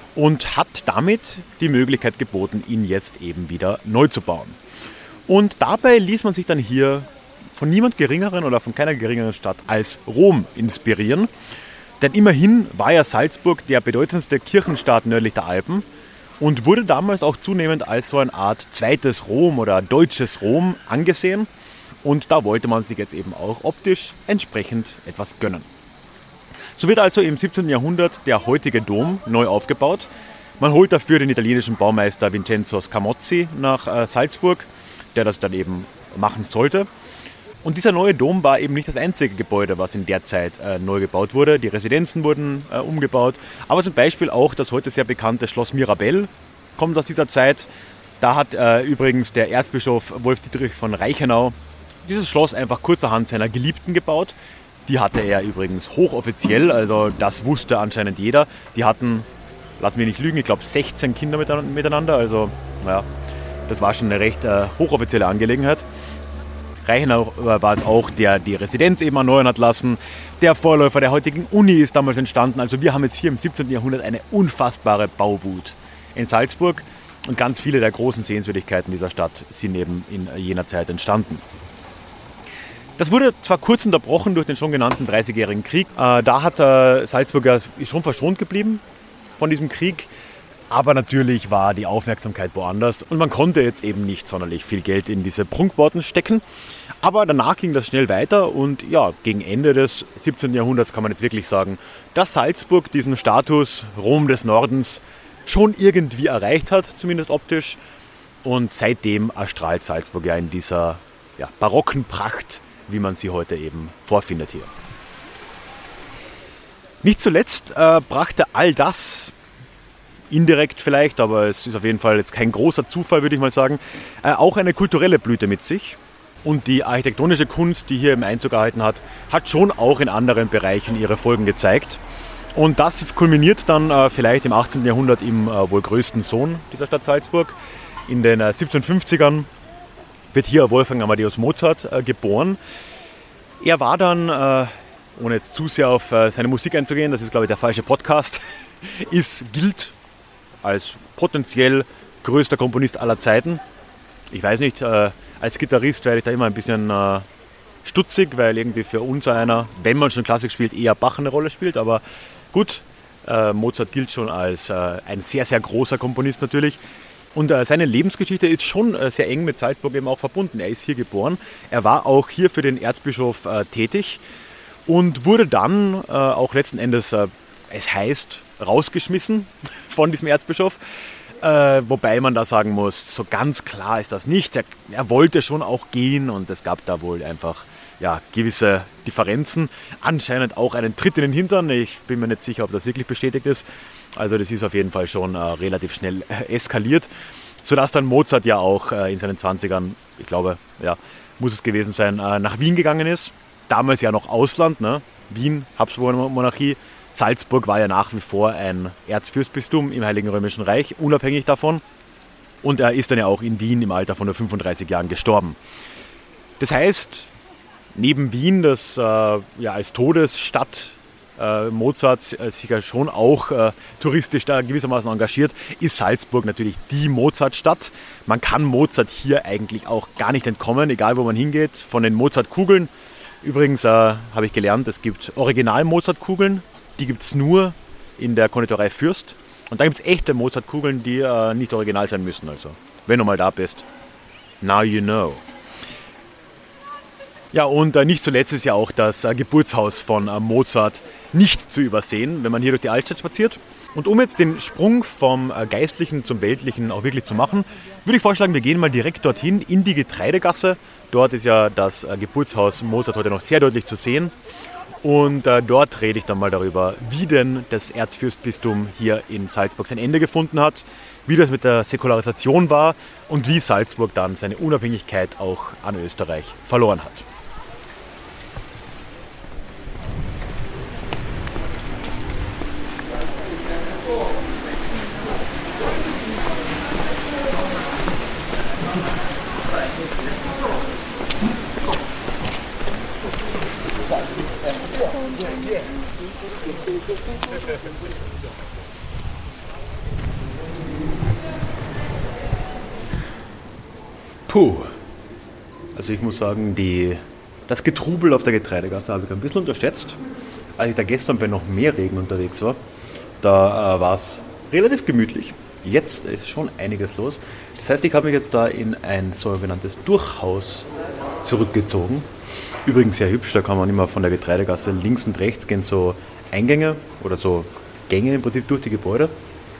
S1: und hat damit die Möglichkeit geboten, ihn jetzt eben wieder neu zu bauen. Und dabei ließ man sich dann hier von niemand geringeren oder von keiner geringeren Stadt als Rom inspirieren. Denn immerhin war ja Salzburg der bedeutendste Kirchenstaat nördlich der Alpen und wurde damals auch zunehmend als so eine Art zweites Rom oder deutsches Rom angesehen. Und da wollte man sich jetzt eben auch optisch entsprechend etwas gönnen. So wird also im siebzehnten Jahrhundert der heutige Dom neu aufgebaut. Man holt dafür den italienischen Baumeister Vincenzo Scamozzi nach äh, Salzburg, der das dann eben machen sollte. Und dieser neue Dom war eben nicht das einzige Gebäude, was in der Zeit äh, neu gebaut wurde. Die Residenzen wurden äh, umgebaut, aber zum Beispiel auch das heute sehr bekannte Schloss Mirabell kommt aus dieser Zeit. Da hat äh, übrigens der Erzbischof Wolf Dietrich von Reichenau dieses Schloss einfach kurzerhand seiner Geliebten gebaut. Die hatte er übrigens hochoffiziell, also das wusste anscheinend jeder. Die hatten, lass mich nicht lügen, ich glaube sechzehn Kinder miteinander, also naja, das war schon eine recht äh, hochoffizielle Angelegenheit. Reichenau war es auch, der die Residenz eben erneuern hat lassen. Der Vorläufer der heutigen Uni ist damals entstanden. Also wir haben jetzt hier im siebzehnten Jahrhundert eine unfassbare Bauwut in Salzburg. Und ganz viele der großen Sehenswürdigkeiten dieser Stadt sind eben in jener Zeit entstanden. Das wurde zwar kurz unterbrochen durch den schon genannten dreißigjährigen Krieg. Äh, da hat äh, Salzburg ja schon verschont geblieben von diesem Krieg. Aber natürlich war die Aufmerksamkeit woanders und man konnte jetzt eben nicht sonderlich viel Geld in diese Prunkbauten stecken. Aber danach ging das schnell weiter und ja, gegen Ende des siebzehnten Jahrhunderts kann man jetzt wirklich sagen, dass Salzburg diesen Status Rom des Nordens schon irgendwie erreicht hat, zumindest optisch. Und seitdem erstrahlt Salzburg ja in dieser ja, barocken Pracht, wie man sie heute eben vorfindet hier. Nicht zuletzt äh, brachte all das, indirekt vielleicht, aber es ist auf jeden Fall jetzt kein großer Zufall, würde ich mal sagen, äh, auch eine kulturelle Blüte mit sich. Und die architektonische Kunst, die hier im Einzug erhalten hat, hat schon auch in anderen Bereichen ihre Folgen gezeigt. Und das kulminiert dann äh, vielleicht im achtzehnten Jahrhundert im äh, wohl größten Sohn dieser Stadt Salzburg. In den äh, siebzehnhundertfünfzigern wird hier Wolfgang Amadeus Mozart äh, geboren. Er war dann, äh, ohne jetzt zu sehr auf äh, seine Musik einzugehen, das ist glaube ich der falsche Podcast, ist, gilt als potenziell größter Komponist aller Zeiten. Ich weiß nicht, äh, als Gitarrist werde ich da immer ein bisschen äh, stutzig, weil irgendwie für uns einer, wenn man schon Klassik spielt, eher Bach eine Rolle spielt. Aber gut, äh, Mozart gilt schon als äh, ein sehr, sehr großer Komponist natürlich. Und äh, seine Lebensgeschichte ist schon äh, sehr eng mit Salzburg eben auch verbunden. Er ist hier geboren, er war auch hier für den Erzbischof äh, tätig und wurde dann äh, auch letzten Endes, äh, es heißt, rausgeschmissen von diesem Erzbischof. Äh, wobei man da sagen muss, so ganz klar ist das nicht. Er, er wollte schon auch gehen und es gab da wohl einfach ja, gewisse Differenzen. Anscheinend auch einen Tritt in den Hintern. Ich bin mir nicht sicher, ob das wirklich bestätigt ist. Also das ist auf jeden Fall schon äh, relativ schnell äh, eskaliert. Sodass dann Mozart ja auch äh, in seinen zwanzigern, ich glaube, ja, muss es gewesen sein, äh, nach Wien gegangen ist. Damals ja noch Ausland, ne? Wien, Habsburger Monarchie. Salzburg war ja nach wie vor ein Erzfürstbistum im Heiligen Römischen Reich, unabhängig davon. Und er ist dann ja auch in Wien im Alter von nur fünfunddreißig Jahren gestorben. Das heißt, neben Wien, das äh, ja als Todesstadt äh, Mozarts äh, sich ja schon auch äh, touristisch da gewissermaßen engagiert, ist Salzburg natürlich die Mozartstadt. Man kann Mozart hier eigentlich auch gar nicht entkommen, egal wo man hingeht. Von den Mozartkugeln. Übrigens äh, habe ich gelernt, es gibt Original-Mozartkugeln. Die gibt es nur in der Konditorei Fürst. Und da gibt es echte Mozartkugeln, die äh, nicht original sein müssen. Also, wenn du mal da bist, now you know. Ja, und äh, nicht zuletzt ist ja auch das äh, Geburtshaus von äh, Mozart nicht zu übersehen, wenn man hier durch die Altstadt spaziert. Und um jetzt den Sprung vom äh, Geistlichen zum Weltlichen auch wirklich zu machen, würde ich vorschlagen, wir gehen mal direkt dorthin in die Getreidegasse. Dort ist ja das äh, Geburtshaus Mozart heute noch sehr deutlich zu sehen. Und äh, dort rede ich dann mal darüber, wie denn das Erzfürstbistum hier in Salzburg sein Ende gefunden hat, wie das mit der Säkularisation war und wie Salzburg dann seine Unabhängigkeit auch an Österreich verloren hat. Puh. Also ich muss sagen, die, das Getrubel auf der Getreidegasse habe ich ein bisschen unterschätzt. Als ich da gestern bei noch mehr Regen unterwegs war, da äh, war es relativ gemütlich. Jetzt ist schon einiges los. Das heißt, ich habe mich jetzt da in ein sogenanntes Durchhaus zurückgezogen. Übrigens sehr hübsch, da kann man immer von der Getreidegasse links und rechts gehen so Eingänge oder so Gänge im Prinzip durch die Gebäude.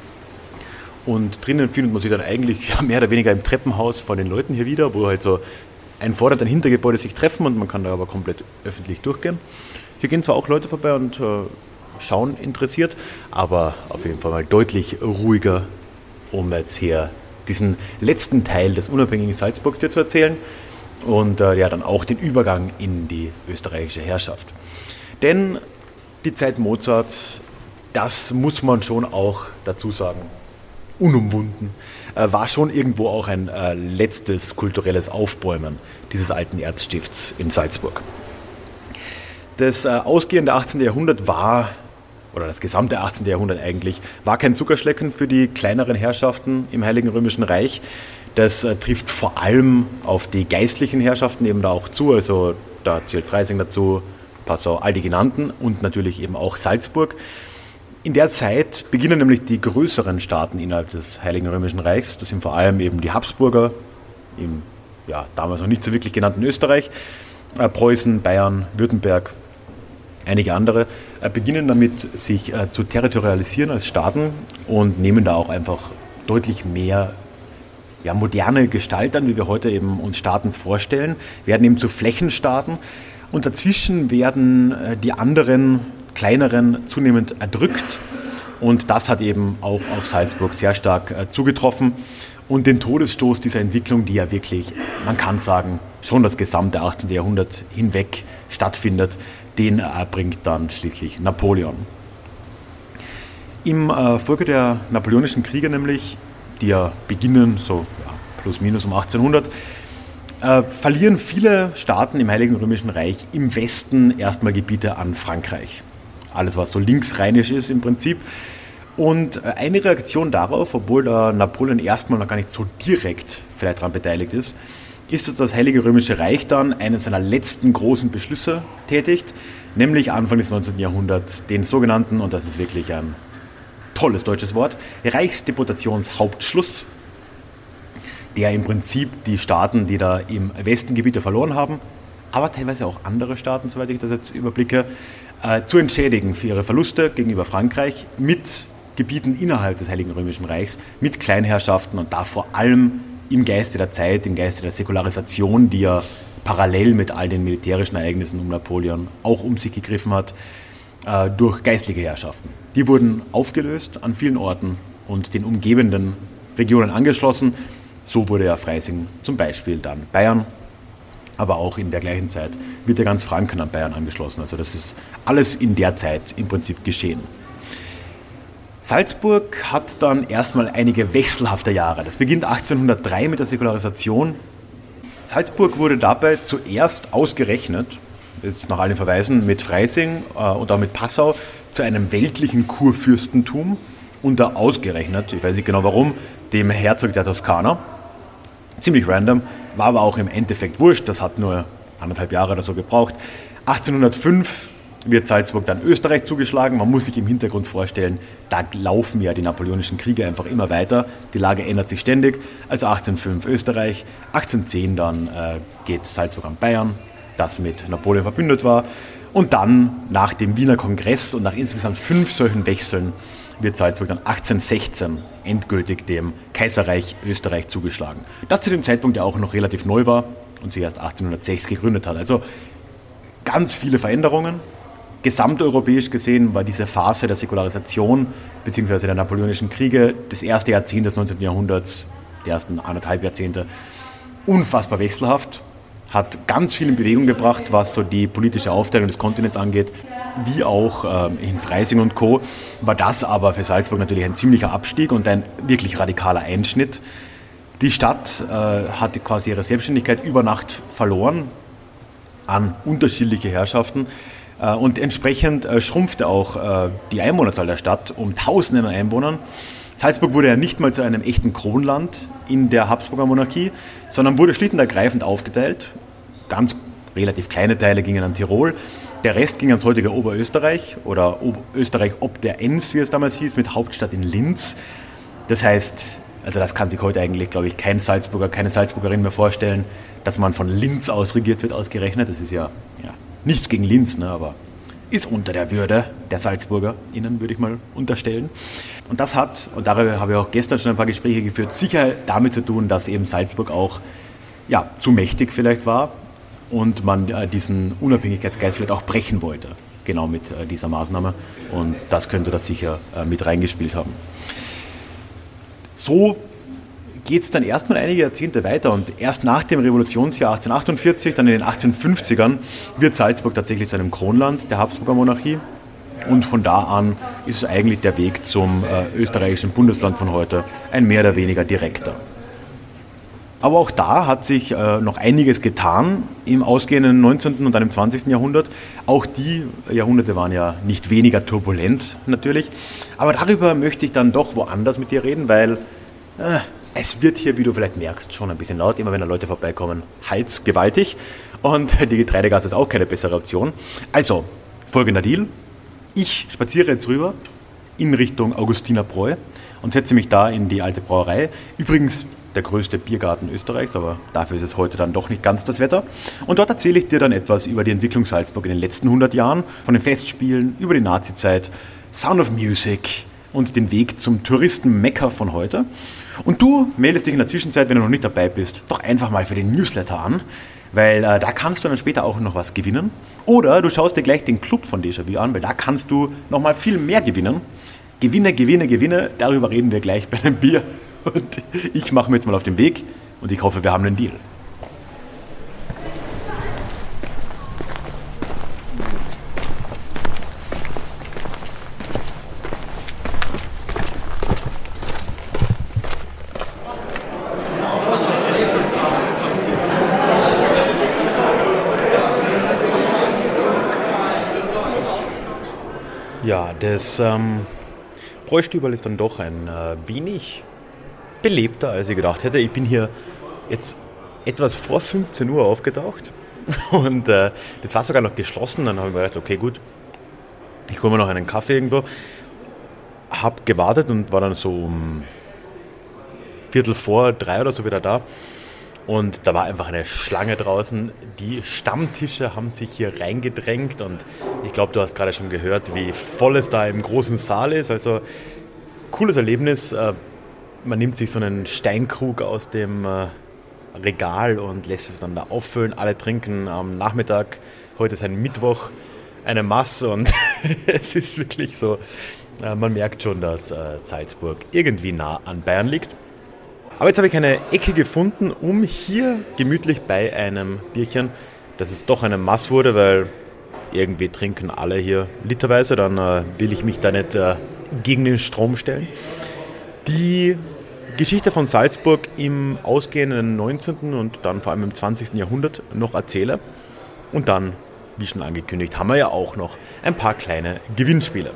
S1: Und drinnen findet man sich dann eigentlich ja, mehr oder weniger im Treppenhaus von den Leuten hier wieder, wo halt so ein Vorder- und ein Hintergebäude sich treffen und man kann da aber komplett öffentlich durchgehen. Hier gehen zwar auch Leute vorbei und äh, schauen interessiert, aber auf jeden Fall mal deutlich ruhiger, um jetzt hier diesen letzten Teil des unabhängigen Salzburgs dir zu erzählen und äh, ja dann auch den Übergang in die österreichische Herrschaft. Denn die Zeit Mozarts, das muss man schon auch dazu sagen, unumwunden, äh, war schon irgendwo auch ein äh, letztes kulturelles Aufbäumen dieses alten Erzstifts in Salzburg. Das äh, ausgehende achtzehnten. Jahrhundert war, oder das gesamte achtzehnten. Jahrhundert eigentlich, war kein Zuckerschlecken für die kleineren Herrschaften im Heiligen Römischen Reich. Das äh, trifft vor allem auf die geistlichen Herrschaften eben da auch zu, also da zählt Freising dazu, Passau, all die genannten und natürlich eben auch Salzburg. In der Zeit beginnen nämlich die größeren Staaten innerhalb des Heiligen Römischen Reichs. Das sind vor allem eben die Habsburger im ja, damals noch nicht so wirklich genannten Österreich, äh, Preußen, Bayern, Württemberg, einige andere, äh, beginnen damit, sich äh, zu territorialisieren als Staaten und nehmen da auch einfach deutlich mehr ja, moderne Gestalt an, wie wir heute eben uns Staaten vorstellen, werden eben zu Flächenstaaten und dazwischen werden äh, die anderen kleineren zunehmend erdrückt und das hat eben auch auf Salzburg sehr stark äh, zugetroffen und den Todesstoß dieser Entwicklung, die ja wirklich, man kann sagen, schon das gesamte achtzehnten. Jahrhundert hinweg stattfindet, den erbringt dann schließlich Napoleon. Im äh, Folge der Napoleonischen Kriege nämlich, die ja beginnen so ja, plus minus um achtzehnhundert, äh, verlieren viele Staaten im Heiligen Römischen Reich im Westen erstmal Gebiete an Frankreich. Alles, was so linksrheinisch ist im Prinzip. Und eine Reaktion darauf, obwohl der Napoleon erstmal noch gar nicht so direkt vielleicht daran beteiligt ist, ist, dass das Heilige Römische Reich dann einen seiner letzten großen Beschlüsse tätigt, nämlich Anfang des neunzehnten. Jahrhunderts den sogenannten, und das ist wirklich ein tolles deutsches Wort, Reichsdeputationshauptschluss, der im Prinzip die Staaten, die da im Westen Gebiete verloren haben, aber teilweise auch andere Staaten, soweit ich das jetzt überblicke, äh, zu entschädigen für ihre Verluste gegenüber Frankreich mit Gebieten innerhalb des Heiligen Römischen Reichs, mit Kleinherrschaften und da vor allem im Geiste der Zeit, im Geiste der Säkularisation, die ja parallel mit all den militärischen Ereignissen um Napoleon auch um sich gegriffen hat, äh, durch geistliche Herrschaften. Die wurden aufgelöst an vielen Orten und den umgebenden Regionen angeschlossen. So wurde ja Freising zum Beispiel dann Bayern, aber auch in der gleichen Zeit wird ja ganz Franken an Bayern angeschlossen. Also das ist alles in der Zeit im Prinzip geschehen. Salzburg hat dann erstmal einige wechselhafte Jahre. Das beginnt achtzehnhundertdrei mit der Säkularisation. Salzburg wurde dabei zuerst ausgerechnet, jetzt nach allen Verweisen, mit Freising äh, und auch mit Passau zu einem weltlichen Kurfürstentum unter ausgerechnet, ich weiß nicht genau warum, dem Herzog der Toskana. Ziemlich random, war aber auch im Endeffekt wurscht, das hat nur anderthalb Jahre oder so gebraucht. achtzehnhundertfünf wird Salzburg dann Österreich zugeschlagen. Man muss sich im Hintergrund vorstellen, da laufen ja die napoleonischen Kriege einfach immer weiter. Die Lage ändert sich ständig. Also achtzehnhundertfünf Österreich, achtzehnhundertzehn dann äh, geht Salzburg an Bayern, das mit Napoleon verbündet war. Und dann nach dem Wiener Kongress und nach insgesamt fünf solchen Wechseln wird Salzburg dann achtzehnhundertsechzehn endgültig dem Kaiserreich Österreich zugeschlagen. Das zu dem Zeitpunkt ja auch noch relativ neu war und sich erst achtzehnhundertsechs gegründet hat. Also ganz viele Veränderungen. Gesamteuropäisch gesehen war diese Phase der Säkularisation bzw. der napoleonischen Kriege das erste Jahrzehnt des neunzehnten. Jahrhunderts, die ersten anderthalb Jahrzehnte, unfassbar wechselhaft, hat ganz viel in Bewegung gebracht, was so die politische Aufteilung des Kontinents angeht, wie auch ähm, in Freising und Co. War das aber für Salzburg natürlich ein ziemlicher Abstieg und ein wirklich radikaler Einschnitt. Die Stadt äh, hatte quasi ihre Selbstständigkeit über Nacht verloren an unterschiedliche Herrschaften. Und entsprechend schrumpfte auch die Einwohnerzahl der Stadt um Tausende an Einwohnern Salzburg wurde ja nicht mal zu einem echten Kronland in der Habsburger Monarchie, sondern wurde schlicht und ergreifend aufgeteilt. Ganz relativ kleine Teile gingen an Tirol, der Rest ging ans heutige Oberösterreich oder Österreich ob der Enns, wie es damals hieß, mit Hauptstadt in Linz. Das heißt, also das kann sich heute eigentlich, glaube ich, kein Salzburger, keine Salzburgerin mehr vorstellen, dass man von Linz aus regiert wird, ausgerechnet. Das ist ja, ja nichts gegen Linz, ne, aber ist unter der Würde der SalzburgerInnen, würde ich mal unterstellen. Und das hat, und darüber habe ich auch gestern schon ein paar Gespräche geführt, sicher damit zu tun, dass eben Salzburg auch ja, zu mächtig vielleicht war und man äh, diesen Unabhängigkeitsgeist vielleicht auch brechen wollte, genau mit äh, dieser Maßnahme. Und das könnte das sicher äh, mit reingespielt haben. So geht es dann erstmal einige Jahrzehnte weiter und erst nach dem Revolutionsjahr achtzehnhundertachtundvierzig, dann in den achtzehnhundertfünfzigern, wird Salzburg tatsächlich zu einem Kronland der Habsburger Monarchie und von da an ist es eigentlich der Weg zum äh, österreichischen Bundesland von heute ein mehr oder weniger direkter. Aber auch da hat sich äh, noch einiges getan im ausgehenden neunzehnten und dann im zwanzigsten Jahrhundert. Auch die Jahrhunderte waren ja nicht weniger turbulent natürlich. Aber darüber möchte ich dann doch woanders mit dir reden, weil äh, es wird hier, wie du vielleicht merkst, schon ein bisschen laut. Immer wenn da Leute vorbeikommen, halt's gewaltig. Und die Getreidegasse ist auch keine bessere Option. Also, folgender Deal. Ich spaziere jetzt rüber in Richtung Augustinerbräu und setze mich da in die alte Brauerei. Übrigens der größte Biergarten Österreichs, aber dafür ist es heute dann doch nicht ganz das Wetter. Und dort erzähle ich dir dann etwas über die Entwicklung Salzburg in den letzten hundert Jahren, von den Festspielen, über die Nazizeit, Sound of Music und den Weg zum Touristen-Mekka von heute. Und du meldest dich in der Zwischenzeit, wenn du noch nicht dabei bist, doch einfach mal für den Newsletter an, weil äh, da kannst du dann später auch noch was gewinnen. Oder du schaust dir gleich den Club von Déjà-vu an, weil da kannst du nochmal viel mehr gewinnen. Gewinne, Gewinne, Gewinne, darüber reden wir gleich bei einem Bier. Und ich mache mir jetzt mal auf den Weg und ich hoffe, wir haben einen Deal. Ja, das ähm, Bräustüberl ist dann doch ein äh, wenig belebter, als ich gedacht hätte. Ich bin hier jetzt etwas vor fünfzehn Uhr aufgetaucht und äh, das war sogar noch geschlossen. Dann habe ich mir gedacht, okay, gut, ich hole mir noch einen Kaffee irgendwo. Habe gewartet und war dann so um Viertel vor drei oder so wieder da. Und da war einfach eine Schlange draußen. Die Stammtische haben sich hier reingedrängt und ich glaube, du hast gerade schon gehört, wie voll es da im großen Saal ist. Also cooles Erlebnis. Man nimmt sich so einen Steinkrug aus dem Regal und lässt es dann da auffüllen. Alle trinken am Nachmittag, heute ist ein Mittwoch, eine Masse und es ist wirklich so, man merkt schon, dass Salzburg irgendwie nah an Bayern liegt. Aber jetzt habe ich eine Ecke gefunden, um hier gemütlich bei einem Bierchen, dass es doch eine Maß wurde, weil irgendwie trinken alle hier literweise, dann äh, will ich mich da nicht äh, gegen den Strom stellen. Die Geschichte von Salzburg im ausgehenden neunzehnten und dann vor allem im zwanzigsten Jahrhundert noch erzähle. Und dann, wie schon angekündigt, haben wir ja auch noch ein paar kleine Gewinnspiele.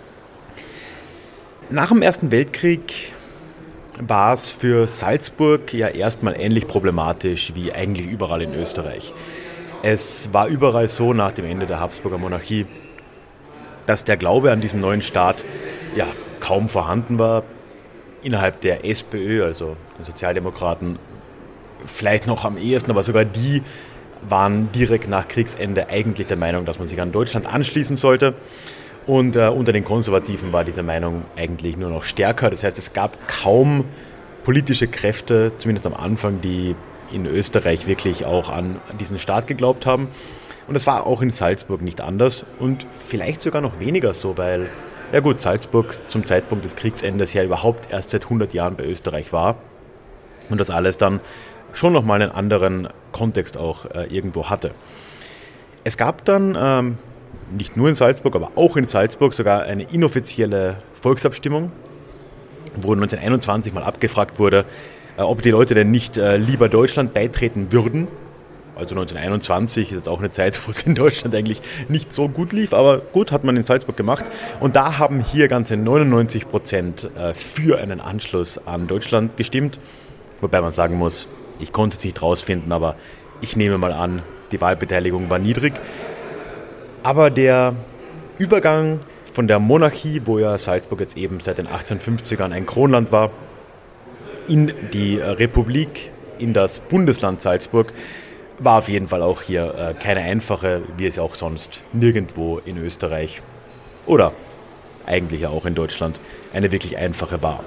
S1: Nach dem Ersten Weltkrieg war es für Salzburg ja erstmal ähnlich problematisch wie eigentlich überall in Österreich. Es war überall so nach dem Ende der Habsburger Monarchie, dass der Glaube an diesen neuen Staat ja kaum vorhanden war. Innerhalb der SPÖ, also der Sozialdemokraten, vielleicht noch am ehesten, aber sogar die waren direkt nach Kriegsende eigentlich der Meinung, dass man sich an Deutschland anschließen sollte. Und äh, unter den Konservativen war diese Meinung eigentlich nur noch stärker. Das heißt, es gab kaum politische Kräfte, zumindest am Anfang, die in Österreich wirklich auch an diesen Staat geglaubt haben. Und das war auch in Salzburg nicht anders und vielleicht sogar noch weniger so, weil, ja gut, Salzburg zum Zeitpunkt des Kriegsendes ja überhaupt erst seit hundert Jahren bei Österreich war und das alles dann schon nochmal einen anderen Kontext auch äh, irgendwo hatte. Es gab dann ähm, nicht nur in Salzburg, aber auch in Salzburg sogar eine inoffizielle Volksabstimmung, wo neunzehnhunderteinundzwanzig mal abgefragt wurde, ob die Leute denn nicht lieber Deutschland beitreten würden. Also neunzehnhunderteinundzwanzig ist jetzt auch eine Zeit, wo es in Deutschland eigentlich nicht so gut lief, aber gut, hat man in Salzburg gemacht. Und da haben hier ganze neunundneunzig Prozent für einen Anschluss an Deutschland gestimmt. Wobei man sagen muss, ich konnte es nicht rausfinden, aber ich nehme mal an, die Wahlbeteiligung war niedrig. Aber der Übergang von der Monarchie, wo ja Salzburg jetzt eben seit den achtzehnhundertfünfzigern ein Kronland war, in die Republik, in das Bundesland Salzburg, war auf jeden Fall auch hier äh, keine einfache, wie es auch sonst nirgendwo in Österreich oder eigentlich auch in Deutschland eine wirklich einfache war.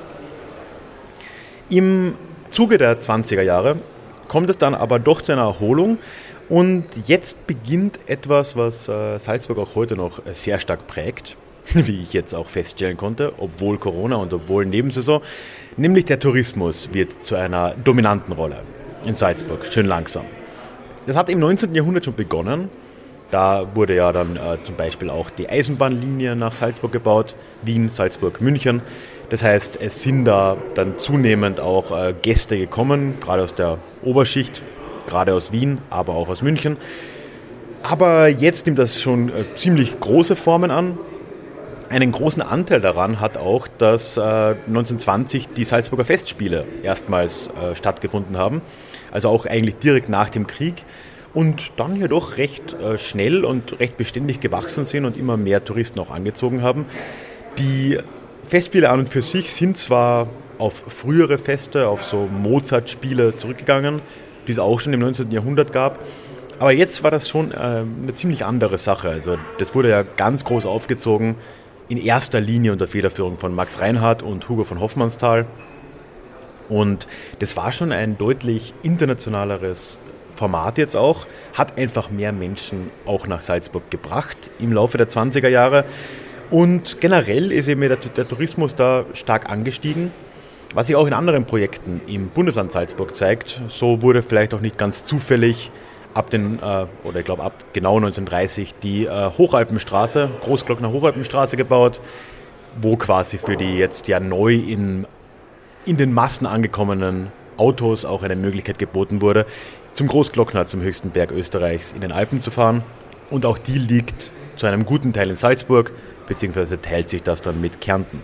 S1: Im Zuge der zwanziger Jahre kommt es dann aber doch zu einer Erholung und jetzt beginnt etwas, was äh, Salzburg auch heute noch sehr stark prägt, wie ich jetzt auch feststellen konnte, obwohl Corona und obwohl Nebensaison, nämlich der Tourismus wird zu einer dominanten Rolle in Salzburg, schön langsam. Das hat im neunzehnten Jahrhundert schon begonnen. Da wurde ja dann äh, zum Beispiel auch die Eisenbahnlinie nach Salzburg gebaut, Wien, Salzburg, München. Das heißt, es sind da dann zunehmend auch äh, Gäste gekommen, gerade aus der Oberschicht, gerade aus Wien, aber auch aus München. Aber jetzt nimmt das schon äh, ziemlich große Formen an. Einen großen Anteil daran hat auch, dass äh, neunzehnhundertzwanzig die Salzburger Festspiele erstmals äh, stattgefunden haben. Also auch eigentlich direkt nach dem Krieg und dann jedoch recht äh, schnell und recht beständig gewachsen sind und immer mehr Touristen auch angezogen haben. Die Festspiele an und für sich sind zwar auf frühere Feste, auf so Mozart-Spiele zurückgegangen, die es auch schon im neunzehnten Jahrhundert gab, aber jetzt war das schon äh, eine ziemlich andere Sache. Also das wurde ja ganz groß aufgezogen, in erster Linie unter Federführung von Max Reinhardt und Hugo von Hofmannsthal. Und das war schon ein deutlich internationaleres Format jetzt auch, hat einfach mehr Menschen auch nach Salzburg gebracht im Laufe der zwanziger Jahre. Und generell ist eben der, der Tourismus da stark angestiegen, was sich auch in anderen Projekten im Bundesland Salzburg zeigt. So wurde vielleicht auch nicht ganz zufällig ab den, äh, oder ich glaube ab genau neunzehnhundertdreißig die äh, Hochalpenstraße, Großglockner Hochalpenstraße gebaut, wo quasi für die jetzt ja neu in in den Massen angekommenen Autos auch eine Möglichkeit geboten wurde, zum Großglockner, zum höchsten Berg Österreichs in den Alpen zu fahren. Und auch die liegt zu einem guten Teil in Salzburg, beziehungsweise teilt sich das dann mit Kärnten.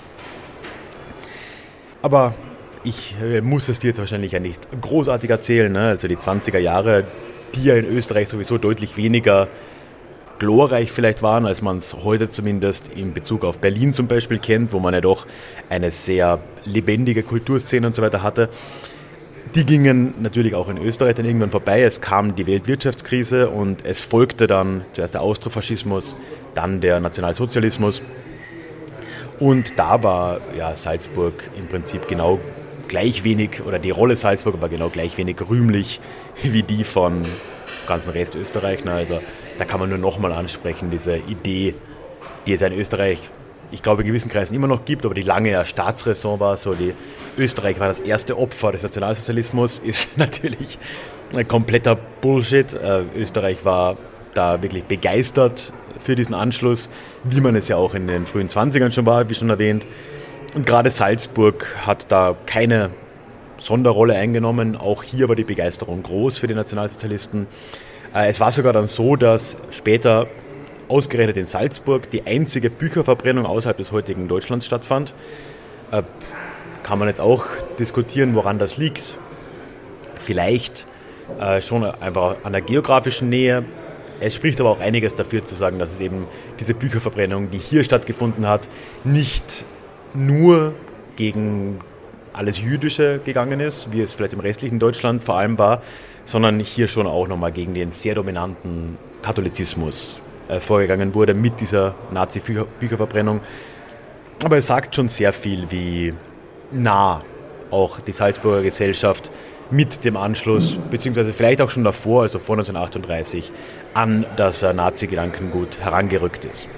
S1: Aber ich äh, muss es dir jetzt wahrscheinlich ja nicht großartig erzählen, ne? Also die zwanziger Jahre, die ja in Österreich sowieso deutlich weniger glorreich vielleicht waren, als man es heute zumindest in Bezug auf Berlin zum Beispiel kennt, wo man ja doch eine sehr lebendige Kulturszene und so weiter hatte. Die gingen natürlich auch in Österreich dann irgendwann vorbei. Es kam die Weltwirtschaftskrise und es folgte dann zuerst der Austrofaschismus, dann der Nationalsozialismus. Und da war ja Salzburg im Prinzip genau gleich wenig, oder die Rolle Salzburg war genau gleich wenig rühmlich wie die von ganzen Rest Österreich. Also da kann man nur nochmal ansprechen, diese Idee, die es in Österreich, ich glaube in gewissen Kreisen immer noch gibt, aber die lange ja Staatsräson war, so die Österreich war das erste Opfer des Nationalsozialismus, ist natürlich ein kompletter Bullshit. Äh, Österreich war da wirklich begeistert für diesen Anschluss, wie man es ja auch in den frühen zwanzigern schon war, wie schon erwähnt. Und gerade Salzburg hat da keine Sonderrolle eingenommen. Auch hier war die Begeisterung groß für die Nationalsozialisten. Äh, es war sogar dann so, dass später ausgerechnet in Salzburg die einzige Bücherverbrennung außerhalb des heutigen Deutschlands stattfand. Äh, kann man jetzt auch diskutieren, woran das liegt. Vielleicht äh, schon einfach an der geografischen Nähe. Es spricht aber auch einiges dafür zu sagen, dass es eben diese Bücherverbrennung, die hier stattgefunden hat, nicht nur gegen alles Jüdische gegangen ist, wie es vielleicht im restlichen Deutschland vor allem war, sondern hier schon auch nochmal gegen den sehr dominanten Katholizismus äh, vorgegangen wurde mit dieser Nazi-Bücherverbrennung. Aber es sagt schon sehr viel, wie nah auch die Salzburger Gesellschaft mit dem Anschluss, beziehungsweise vielleicht auch schon davor, also vor neunzehnhundertachtunddreißig, an das äh, Nazi-Gedankengut herangerückt ist.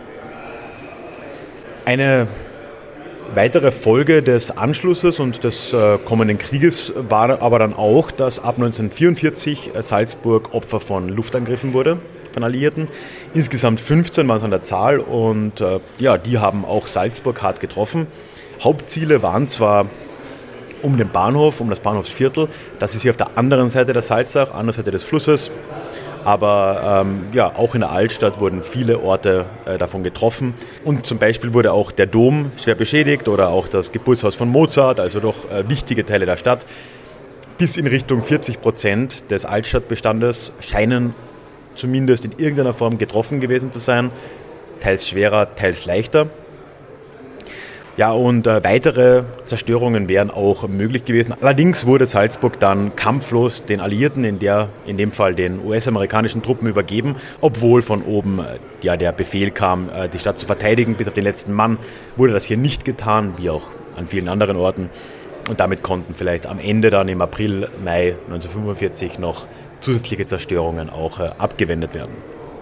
S1: Eine weitere Folge des Anschlusses und des äh, kommenden Krieges war aber dann auch, dass ab neunzehnhundertvierundvierzig äh, Salzburg Opfer von Luftangriffen wurde, von Alliierten. Insgesamt fünfzehn waren es an der Zahl und äh, ja, die haben auch Salzburg hart getroffen. Hauptziele waren zwar um den Bahnhof, um das Bahnhofsviertel. Das ist hier auf der anderen Seite der Salzach, andere Seite des Flusses. Aber ähm, ja, auch in der Altstadt wurden viele Orte äh, davon getroffen. Und zum Beispiel wurde auch der Dom schwer beschädigt oder auch das Geburtshaus von Mozart, also doch äh, wichtige Teile der Stadt. Bis in Richtung vierzig Prozent des Altstadtbestandes scheinen zumindest in irgendeiner Form getroffen gewesen zu sein. Teils schwerer, teils leichter. Ja, und äh, weitere Zerstörungen wären auch möglich gewesen. Allerdings wurde Salzburg dann kampflos den Alliierten, in, der, in dem Fall den U S-amerikanischen Truppen, übergeben, obwohl von oben äh, ja, der Befehl kam, äh, die Stadt zu verteidigen. Bis auf den letzten Mann wurde das hier nicht getan, wie auch an vielen anderen Orten. Und damit konnten vielleicht am Ende dann im April, Mai neunzehnhundertfünfundvierzig noch zusätzliche Zerstörungen auch äh, abgewendet werden.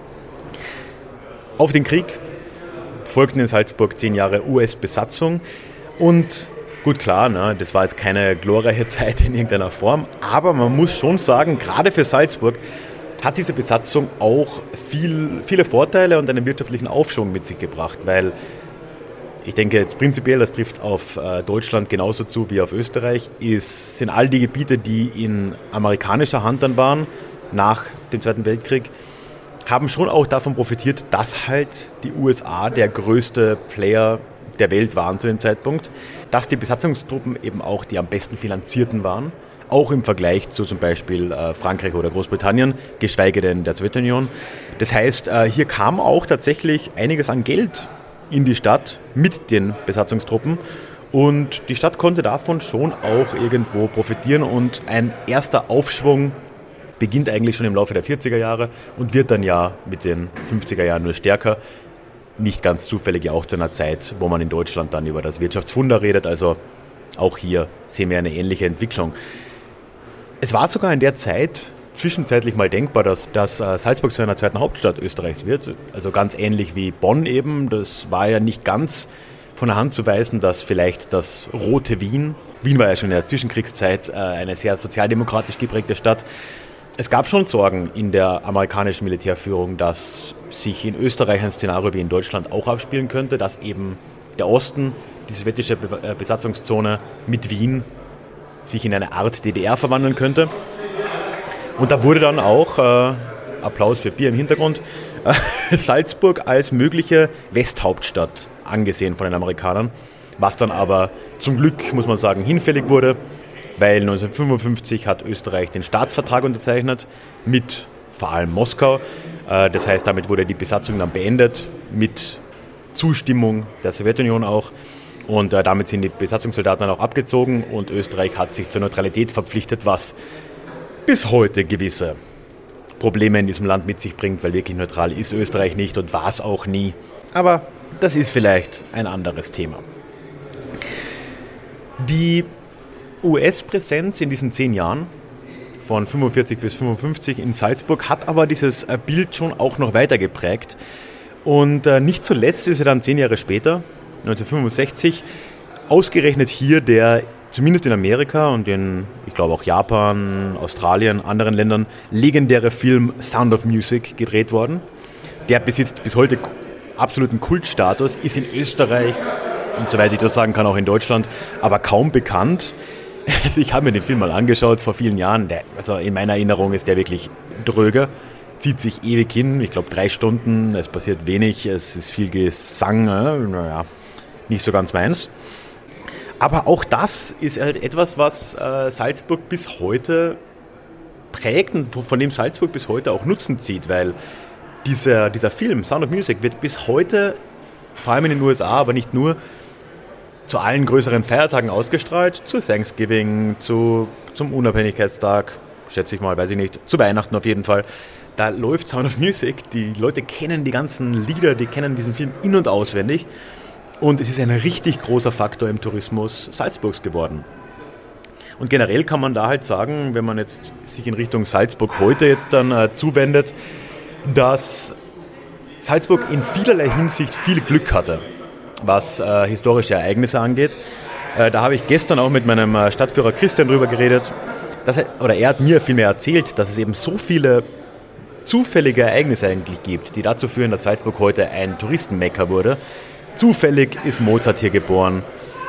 S1: Auf den Krieg folgten in Salzburg zehn Jahre U S-Besatzung und gut klar, ne, das war jetzt keine glorreiche Zeit in irgendeiner Form, aber man muss schon sagen, gerade für Salzburg hat diese Besatzung auch viel, viele Vorteile und einen wirtschaftlichen Aufschwung mit sich gebracht, weil ich denke jetzt prinzipiell, das trifft auf äh, Deutschland genauso zu wie auf Österreich, ist, sind all die Gebiete, die in amerikanischer Hand dann waren, nach dem Zweiten Weltkrieg, haben schon auch davon profitiert, dass halt die U S A der größte Player der Welt waren zu dem Zeitpunkt, dass die Besatzungstruppen eben auch die am besten finanzierten waren, auch im Vergleich zu zum Beispiel äh, Frankreich oder Großbritannien, geschweige denn der Sowjetunion. Das heißt, äh, hier kam auch tatsächlich einiges an Geld in die Stadt mit den Besatzungstruppen und die Stadt konnte davon schon auch irgendwo profitieren und ein erster Aufschwung beginnt eigentlich schon im Laufe der vierziger Jahre und wird dann ja mit den fünfziger Jahren nur stärker. Nicht ganz zufällig ja auch zu einer Zeit, wo man in Deutschland dann über das Wirtschaftswunder redet. Also auch hier sehen wir eine ähnliche Entwicklung. Es war sogar in der Zeit zwischenzeitlich mal denkbar, dass, dass Salzburg zu einer zweiten Hauptstadt Österreichs wird. Also ganz ähnlich wie Bonn eben. Das war ja nicht ganz von der Hand zu weisen, dass vielleicht das rote Wien, Wien war ja schon in der Zwischenkriegszeit eine sehr sozialdemokratisch geprägte Stadt. Es gab schon Sorgen in der amerikanischen Militärführung, dass sich in Österreich ein Szenario wie in Deutschland auch abspielen könnte, dass eben der Osten, die sowjetische Besatzungszone mit Wien, sich in eine Art D D R verwandeln könnte. Und da wurde dann auch, äh, Applaus für Bier im Hintergrund, äh, Salzburg als mögliche Westhauptstadt angesehen von den Amerikanern, was dann aber zum Glück, muss man sagen, hinfällig wurde, weil neunzehnhundertfünfundfünfzig hat Österreich den Staatsvertrag unterzeichnet mit vor allem Moskau. Das heißt, damit wurde die Besatzung dann beendet, mit Zustimmung der Sowjetunion auch. Und damit sind die Besatzungssoldaten dann auch abgezogen und Österreich hat sich zur Neutralität verpflichtet, was bis heute gewisse Probleme in diesem Land mit sich bringt, weil wirklich neutral ist Österreich nicht und war es auch nie. Aber das ist vielleicht ein anderes Thema. Die U S-Präsenz in diesen zehn Jahren, von fünfundvierzig bis fünfundfünfzig in Salzburg, hat aber dieses Bild schon auch noch weiter geprägt. Und nicht zuletzt ist er dann zehn Jahre später, neunzehnhundertfünfundsechzig, ausgerechnet hier der, zumindest in Amerika und in, ich glaube auch Japan, Australien, anderen Ländern, legendäre Film Sound of Music gedreht worden. Der besitzt bis heute absoluten Kultstatus, ist in Österreich und soweit ich das sagen kann, auch in Deutschland, aber kaum bekannt. Also ich habe mir den Film mal angeschaut vor vielen Jahren. Der, also in meiner Erinnerung ist der wirklich dröge. Zieht sich ewig hin. Ich glaube drei Stunden. Es passiert wenig. Es ist viel Gesang. Naja, nicht so ganz meins. Aber auch das ist halt etwas, was äh, Salzburg bis heute prägt und von dem Salzburg bis heute auch Nutzen zieht. Weil dieser, dieser Film Sound of Music wird bis heute, vor allem in den U S A, aber nicht nur, zu allen größeren Feiertagen ausgestrahlt, zu Thanksgiving, zu, zum Unabhängigkeitstag, schätze ich mal, weiß ich nicht, zu Weihnachten auf jeden Fall. Da läuft Sound of Music, die Leute kennen die ganzen Lieder, die kennen diesen Film in- und auswendig und es ist ein richtig großer Faktor im Tourismus Salzburgs geworden. Und generell kann man da halt sagen, wenn man jetzt sich in Richtung Salzburg heute jetzt dann äh, zuwendet, dass Salzburg in vielerlei Hinsicht viel Glück hatte, was äh, historische Ereignisse angeht. Äh, da habe ich gestern auch mit meinem äh, Stadtführer Christian drüber geredet, dass er, oder er hat mir vielmehr erzählt, dass es eben so viele zufällige Ereignisse eigentlich gibt, die dazu führen, dass Salzburg heute ein Touristenmekka wurde. Zufällig ist Mozart hier geboren,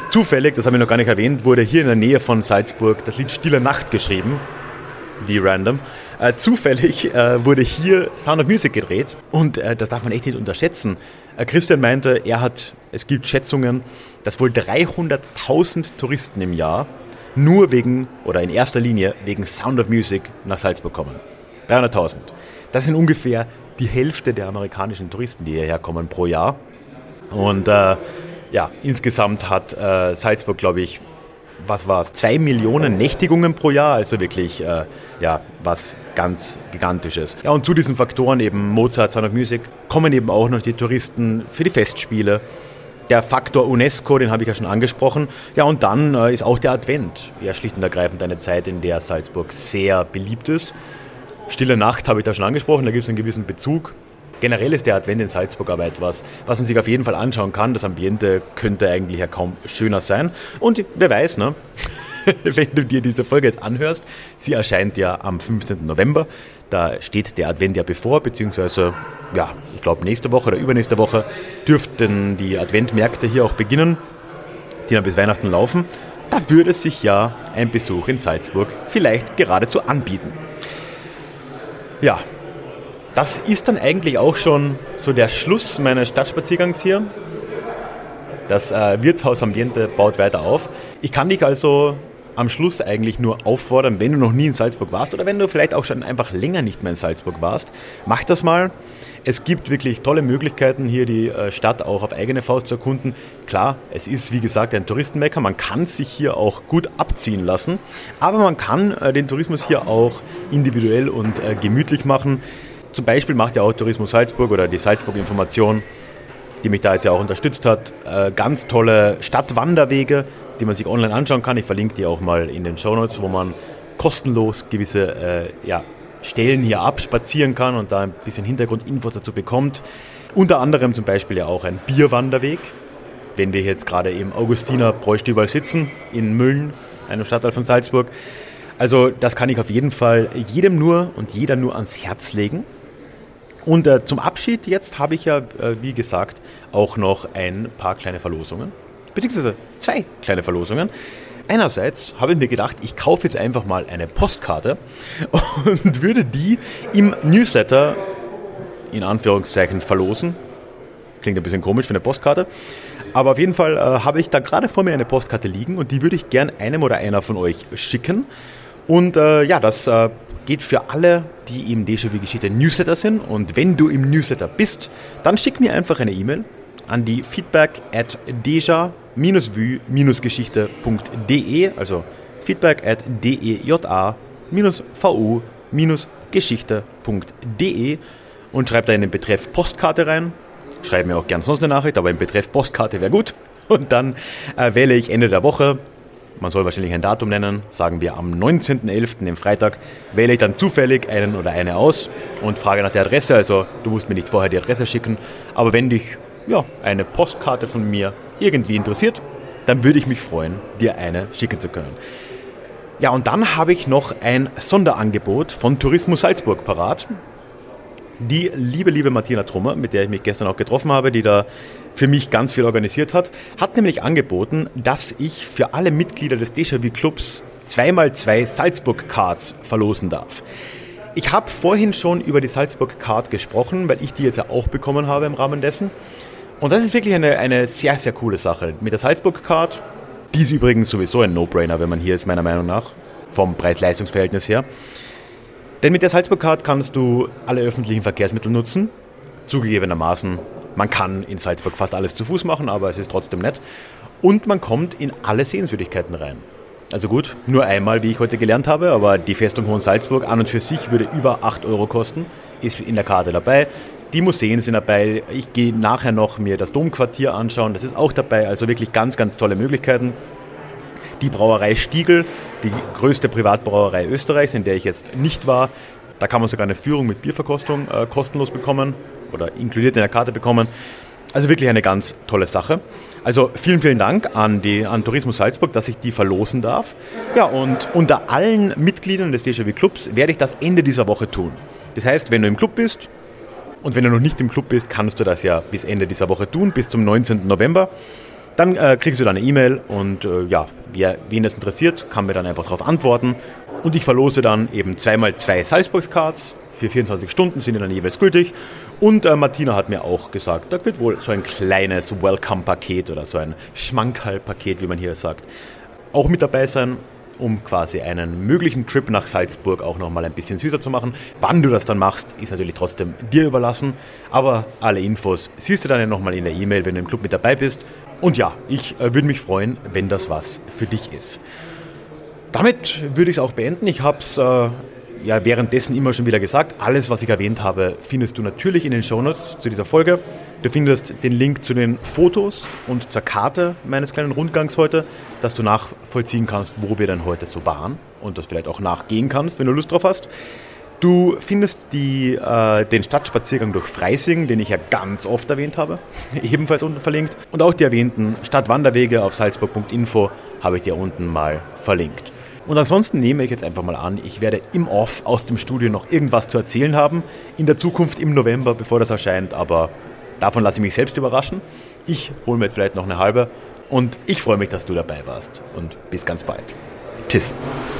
S1: zufällig, das habe ich noch gar nicht erwähnt, wurde hier in der Nähe von Salzburg das Lied Stille Nacht geschrieben. Wie random. Äh, zufällig äh, wurde hier Sound of Music gedreht und äh, das darf man echt nicht unterschätzen. Äh, Christian meinte, er hat, es gibt Schätzungen, dass wohl dreihunderttausend Touristen im Jahr nur wegen, oder in erster Linie wegen Sound of Music nach Salzburg kommen. dreihunderttausend. Das sind ungefähr die Hälfte der amerikanischen Touristen, die hierher kommen pro Jahr. Und äh, ja, insgesamt hat äh, Salzburg, glaube ich, was war es, zwei Millionen Nächtigungen pro Jahr, also wirklich äh, ja, was ganz Gigantisches. Ja, und zu diesen Faktoren eben Mozart, Sound of Music, kommen eben auch noch die Touristen für die Festspiele. Der Faktor UNESCO, den habe ich ja schon angesprochen. Ja, und dann äh, ist auch der Advent ja schlicht und ergreifend eine Zeit, in der Salzburg sehr beliebt ist. Stille Nacht habe ich da schon angesprochen, da gibt es einen gewissen Bezug. Generell ist der Advent in Salzburg aber etwas, was man sich auf jeden Fall anschauen kann. Das Ambiente könnte eigentlich ja kaum schöner sein. Und wer weiß, ne? Wenn du dir diese Folge jetzt anhörst, sie erscheint ja am fünfzehnten November. Da steht der Advent ja bevor, beziehungsweise, ja, ich glaube nächste Woche oder übernächste Woche dürften die Adventmärkte hier auch beginnen, die dann bis Weihnachten laufen. Da würde sich ja ein Besuch in Salzburg vielleicht geradezu anbieten. Ja, das ist dann eigentlich auch schon so der Schluss meines Stadtspaziergangs hier. Das äh, Wirtshaus Ambiente baut weiter auf. Ich kann dich also am Schluss eigentlich nur auffordern, wenn du noch nie in Salzburg warst oder wenn du vielleicht auch schon einfach länger nicht mehr in Salzburg warst, mach das mal. Es gibt wirklich tolle Möglichkeiten, hier die äh, Stadt auch auf eigene Faust zu erkunden. Klar, es ist wie gesagt ein Touristenmecker, man kann sich hier auch gut abziehen lassen, aber man kann äh, den Tourismus hier auch individuell und äh, gemütlich machen. Zum Beispiel macht ja auch Tourismus Salzburg oder die Salzburg Information, die mich da jetzt ja auch unterstützt hat, äh, ganz tolle Stadtwanderwege, die man sich online anschauen kann. Ich verlinke die auch mal in den Shownotes, wo man kostenlos gewisse äh, ja, Stellen hier abspazieren kann und da ein bisschen Hintergrundinfos dazu bekommt. Unter anderem zum Beispiel ja auch ein Bierwanderweg, wenn wir jetzt gerade im Augustiner Bräustüberl sitzen, in Mülln, einem Stadtteil von Salzburg. Also das kann ich auf jeden Fall jedem nur und jeder nur ans Herz legen. Und äh, zum Abschied jetzt habe ich ja, äh, wie gesagt, auch noch ein paar kleine Verlosungen, beziehungsweise zwei kleine Verlosungen. Einerseits habe ich mir gedacht, ich kaufe jetzt einfach mal eine Postkarte und würde die im Newsletter in Anführungszeichen verlosen. Klingt ein bisschen komisch für eine Postkarte. Aber auf jeden Fall äh, habe ich da gerade vor mir eine Postkarte liegen und die würde ich gern einem oder einer von euch schicken. Und äh, ja, das äh, geht für alle, die im Déjà-vu-Geschichte Newsletter sind. Und wenn du im Newsletter bist, dann schick mir einfach eine E-Mail an die feedback at deja-vu-geschichte punkt de, also feedback at deja-vu-geschichte punkt de und schreib da in den Betreff Postkarte rein. Schreib mir auch gern sonst eine Nachricht, aber im Betreff Postkarte wäre gut. Und dann äh, wähle ich Ende der Woche, man soll wahrscheinlich ein Datum nennen, sagen wir am neunzehnten elften, dem Freitag, wähle ich dann zufällig einen oder eine aus und frage nach der Adresse. Also du musst mir nicht vorher die Adresse schicken, aber wenn dich ja, eine Postkarte von mir irgendwie interessiert, dann würde ich mich freuen, dir eine schicken zu können. Ja, und dann habe ich noch ein Sonderangebot von Tourismus Salzburg parat. Die liebe, liebe Martina Trummer, mit der ich mich gestern auch getroffen habe, die da für mich ganz viel organisiert hat, hat nämlich angeboten, dass ich für alle Mitglieder des Déjà-vu-Clubs zwei mal zwei Salzburg-Cards verlosen darf. Ich habe vorhin schon über die Salzburg-Card gesprochen, weil ich die jetzt ja auch bekommen habe im Rahmen dessen. Und das ist wirklich eine, eine sehr, sehr coole Sache. Mit der Salzburg-Card, die ist übrigens sowieso ein No-Brainer, wenn man hier ist, meiner Meinung nach, vom Preis-Leistungs-Verhältnis her. Denn mit der Salzburg-Card kannst du alle öffentlichen Verkehrsmittel nutzen. Zugegebenermaßen, man kann in Salzburg fast alles zu Fuß machen, aber es ist trotzdem nett. Und man kommt in alle Sehenswürdigkeiten rein. Also gut, nur einmal, wie ich heute gelernt habe, aber die Festung Hohensalzburg an und für sich würde über acht Euro kosten, ist in der Karte dabei. Die Museen sind dabei. Ich gehe nachher noch mir das Domquartier anschauen, das ist auch dabei. Also wirklich ganz, ganz tolle Möglichkeiten. Die Brauerei Stiegl, die größte Privatbrauerei Österreichs, in der ich jetzt nicht war. Da kann man sogar eine Führung mit Bierverkostung äh, kostenlos bekommen oder inkludiert in der Karte bekommen. Also wirklich eine ganz tolle Sache. Also vielen, vielen Dank an, die, an Tourismus Salzburg, dass ich die verlosen darf. Ja, und unter allen Mitgliedern des Déjà-vu-Clubs werde ich das Ende dieser Woche tun. Das heißt, wenn du im Club bist und wenn du noch nicht im Club bist, kannst du das ja bis Ende dieser Woche tun, bis zum neunzehnten November. Dann äh, kriegst du dann eine E-Mail und äh, ja, wer, wen das interessiert, kann mir dann einfach darauf antworten. Und ich verlose dann eben zweimal zwei Salzburg-Cards. Für vierundzwanzig Stunden sind die dann jeweils gültig. Und äh, Martina hat mir auch gesagt, da wird wohl so ein kleines Welcome-Paket oder so ein Schmankerl-Paket, wie man hier sagt, auch mit dabei sein, um quasi einen möglichen Trip nach Salzburg auch nochmal ein bisschen süßer zu machen. Wann du das dann machst, ist natürlich trotzdem dir überlassen. Aber alle Infos siehst du dann ja nochmal in der E-Mail, wenn du im Club mit dabei bist. Und ja, ich äh, würde mich freuen, wenn das was für dich ist. Damit würde ich es auch beenden. Ich habe es äh, ja währenddessen immer schon wieder gesagt. Alles, was ich erwähnt habe, findest du natürlich in den Shownotes zu dieser Folge. Du findest den Link zu den Fotos und zur Karte meines kleinen Rundgangs heute, dass du nachvollziehen kannst, wo wir denn heute so waren und das vielleicht auch nachgehen kannst, wenn du Lust drauf hast. Du findest die, äh, den Stadtspaziergang durch Freising, den ich ja ganz oft erwähnt habe, ebenfalls unten verlinkt. Und auch die erwähnten Stadtwanderwege auf salzburg punkt info habe ich dir unten mal verlinkt. Und ansonsten nehme ich jetzt einfach mal an, ich werde im Off aus dem Studio noch irgendwas zu erzählen haben, in der Zukunft im November, bevor das erscheint, aber davon lasse ich mich selbst überraschen. Ich hole mir jetzt vielleicht noch eine halbe und ich freue mich, dass du dabei warst und bis ganz bald. Tschüss.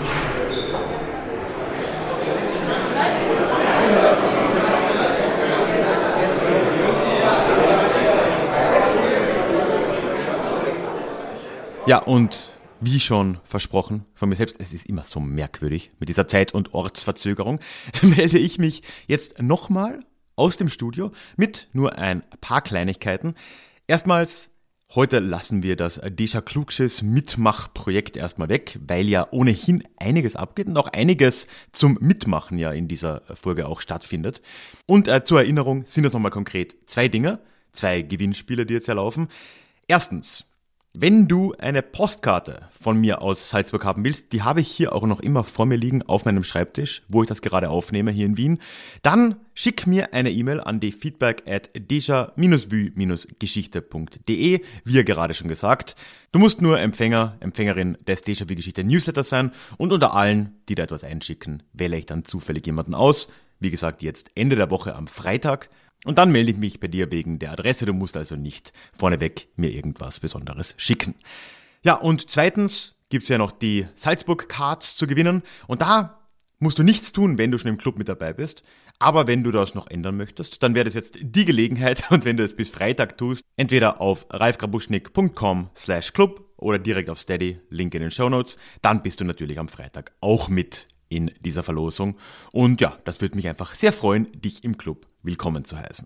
S1: Ja, und wie schon versprochen von mir selbst, es ist immer so merkwürdig mit dieser Zeit- und Ortsverzögerung, melde ich mich jetzt nochmal aus dem Studio mit nur ein paar Kleinigkeiten. Erstmals, heute lassen wir das Deja Klugschiss Mitmachprojekt erstmal weg, weil ja ohnehin einiges abgeht und auch einiges zum Mitmachen ja in dieser Folge auch stattfindet. Und äh, zur Erinnerung sind das nochmal konkret zwei Dinge, zwei Gewinnspiele, die jetzt ja laufen. Erstens, wenn du eine Postkarte von mir aus Salzburg haben willst, die habe ich hier auch noch immer vor mir liegen auf meinem Schreibtisch, wo ich das gerade aufnehme hier in Wien, dann schick mir eine E-Mail an die feedback at deja vue geschichte punkt de, wie ja gerade schon gesagt. Du musst nur Empfänger, Empfängerin des Déjà-vu Geschichte Newsletters sein und unter allen, die da etwas einschicken, wähle ich dann zufällig jemanden aus. Wie gesagt, jetzt Ende der Woche am Freitag. Und dann melde ich mich bei dir wegen der Adresse. Du musst also nicht vorneweg mir irgendwas Besonderes schicken. Ja, und zweitens gibt's ja noch die Salzburg-Cards zu gewinnen. Und da musst du nichts tun, wenn du schon im Club mit dabei bist. Aber wenn du das noch ändern möchtest, dann wäre das jetzt die Gelegenheit. Und wenn du es bis Freitag tust, entweder auf ralfgrabuschnik punkt com slash club oder direkt auf Steady, Link in den Shownotes, dann bist du natürlich am Freitag auch mit in dieser Verlosung. Und ja, das würde mich einfach sehr freuen, dich im Club willkommen zu heißen.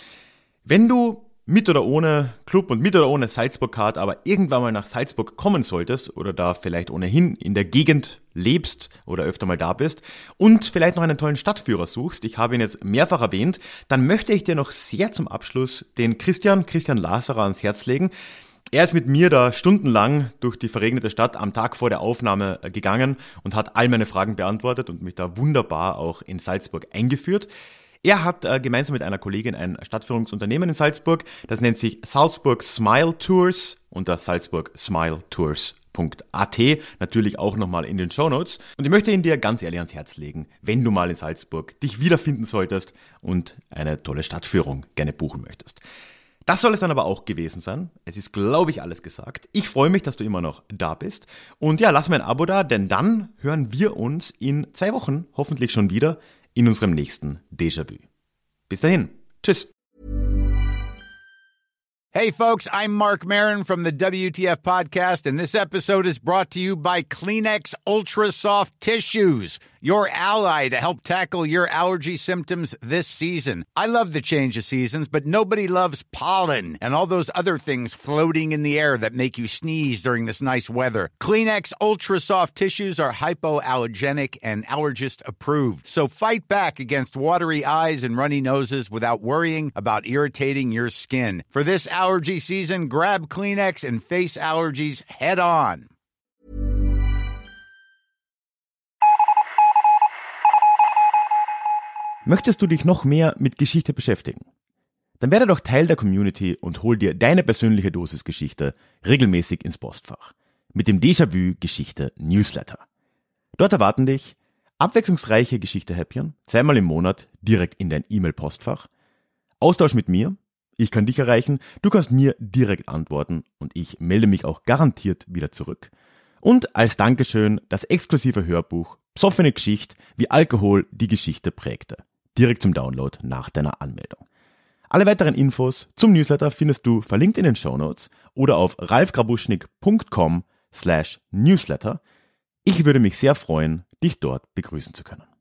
S1: Wenn du mit oder ohne Club und mit oder ohne Salzburg-Card aber irgendwann mal nach Salzburg kommen solltest oder da vielleicht ohnehin in der Gegend lebst oder öfter mal da bist und vielleicht noch einen tollen Stadtführer suchst, ich habe ihn jetzt mehrfach erwähnt, dann möchte ich dir noch sehr zum Abschluss den Christian, Christian Laserer ans Herz legen. Er ist mit mir da stundenlang durch die verregnete Stadt am Tag vor der Aufnahme gegangen und hat all meine Fragen beantwortet und mich da wunderbar auch in Salzburg eingeführt. Er hat äh, gemeinsam mit einer Kollegin ein Stadtführungsunternehmen in Salzburg, das nennt sich Salzburg Smile Tours unter salzburg smile tours punkt a t, natürlich auch nochmal in den Shownotes. Und ich möchte ihn dir ganz ehrlich ans Herz legen, wenn du mal in Salzburg dich wiederfinden solltest und eine tolle Stadtführung gerne buchen möchtest. Das soll es dann aber auch gewesen sein. Es ist, glaube ich, alles gesagt. Ich freue mich, dass du immer noch da bist. Und ja, lass mir ein Abo da, denn dann hören wir uns in zwei Wochen hoffentlich schon wieder in unserem nächsten Déjà-vu. Bis dahin. Tschüss.
S5: Hey, folks, I'm Mark Maron from the W T F Podcast, and this episode is brought to you by Kleenex Ultra Soft Tissues, your ally to help tackle your allergy symptoms this season. I love the change of seasons, but nobody loves pollen and all those other things floating in the air that make you sneeze during this nice weather. Kleenex Ultra Soft Tissues are hypoallergenic and allergist approved, so fight back against watery eyes and runny noses without worrying about irritating your skin. For this allergy season, grab Kleenex and face allergies head on.
S1: Möchtest du dich noch mehr mit Geschichte beschäftigen? Dann werde doch Teil der Community und hol dir deine persönliche Dosis Geschichte regelmäßig ins Postfach. Mit dem Déjà-vu Geschichte Newsletter. Dort erwarten dich abwechslungsreiche Geschichte-Häppchen, zweimal im Monat direkt in dein E-Mail-Postfach, Austausch mit mir, Ich kann dich erreichen, du kannst mir direkt antworten und ich melde mich auch garantiert wieder zurück. Und als Dankeschön das exklusive Hörbuch Psoffene Geschichte, wie Alkohol die Geschichte prägte. Direkt zum Download nach deiner Anmeldung. Alle weiteren Infos zum Newsletter findest du verlinkt in den Shownotes oder auf ralfgrabuschnik punkt com slash newsletter. Ich würde mich sehr freuen, dich dort begrüßen zu können.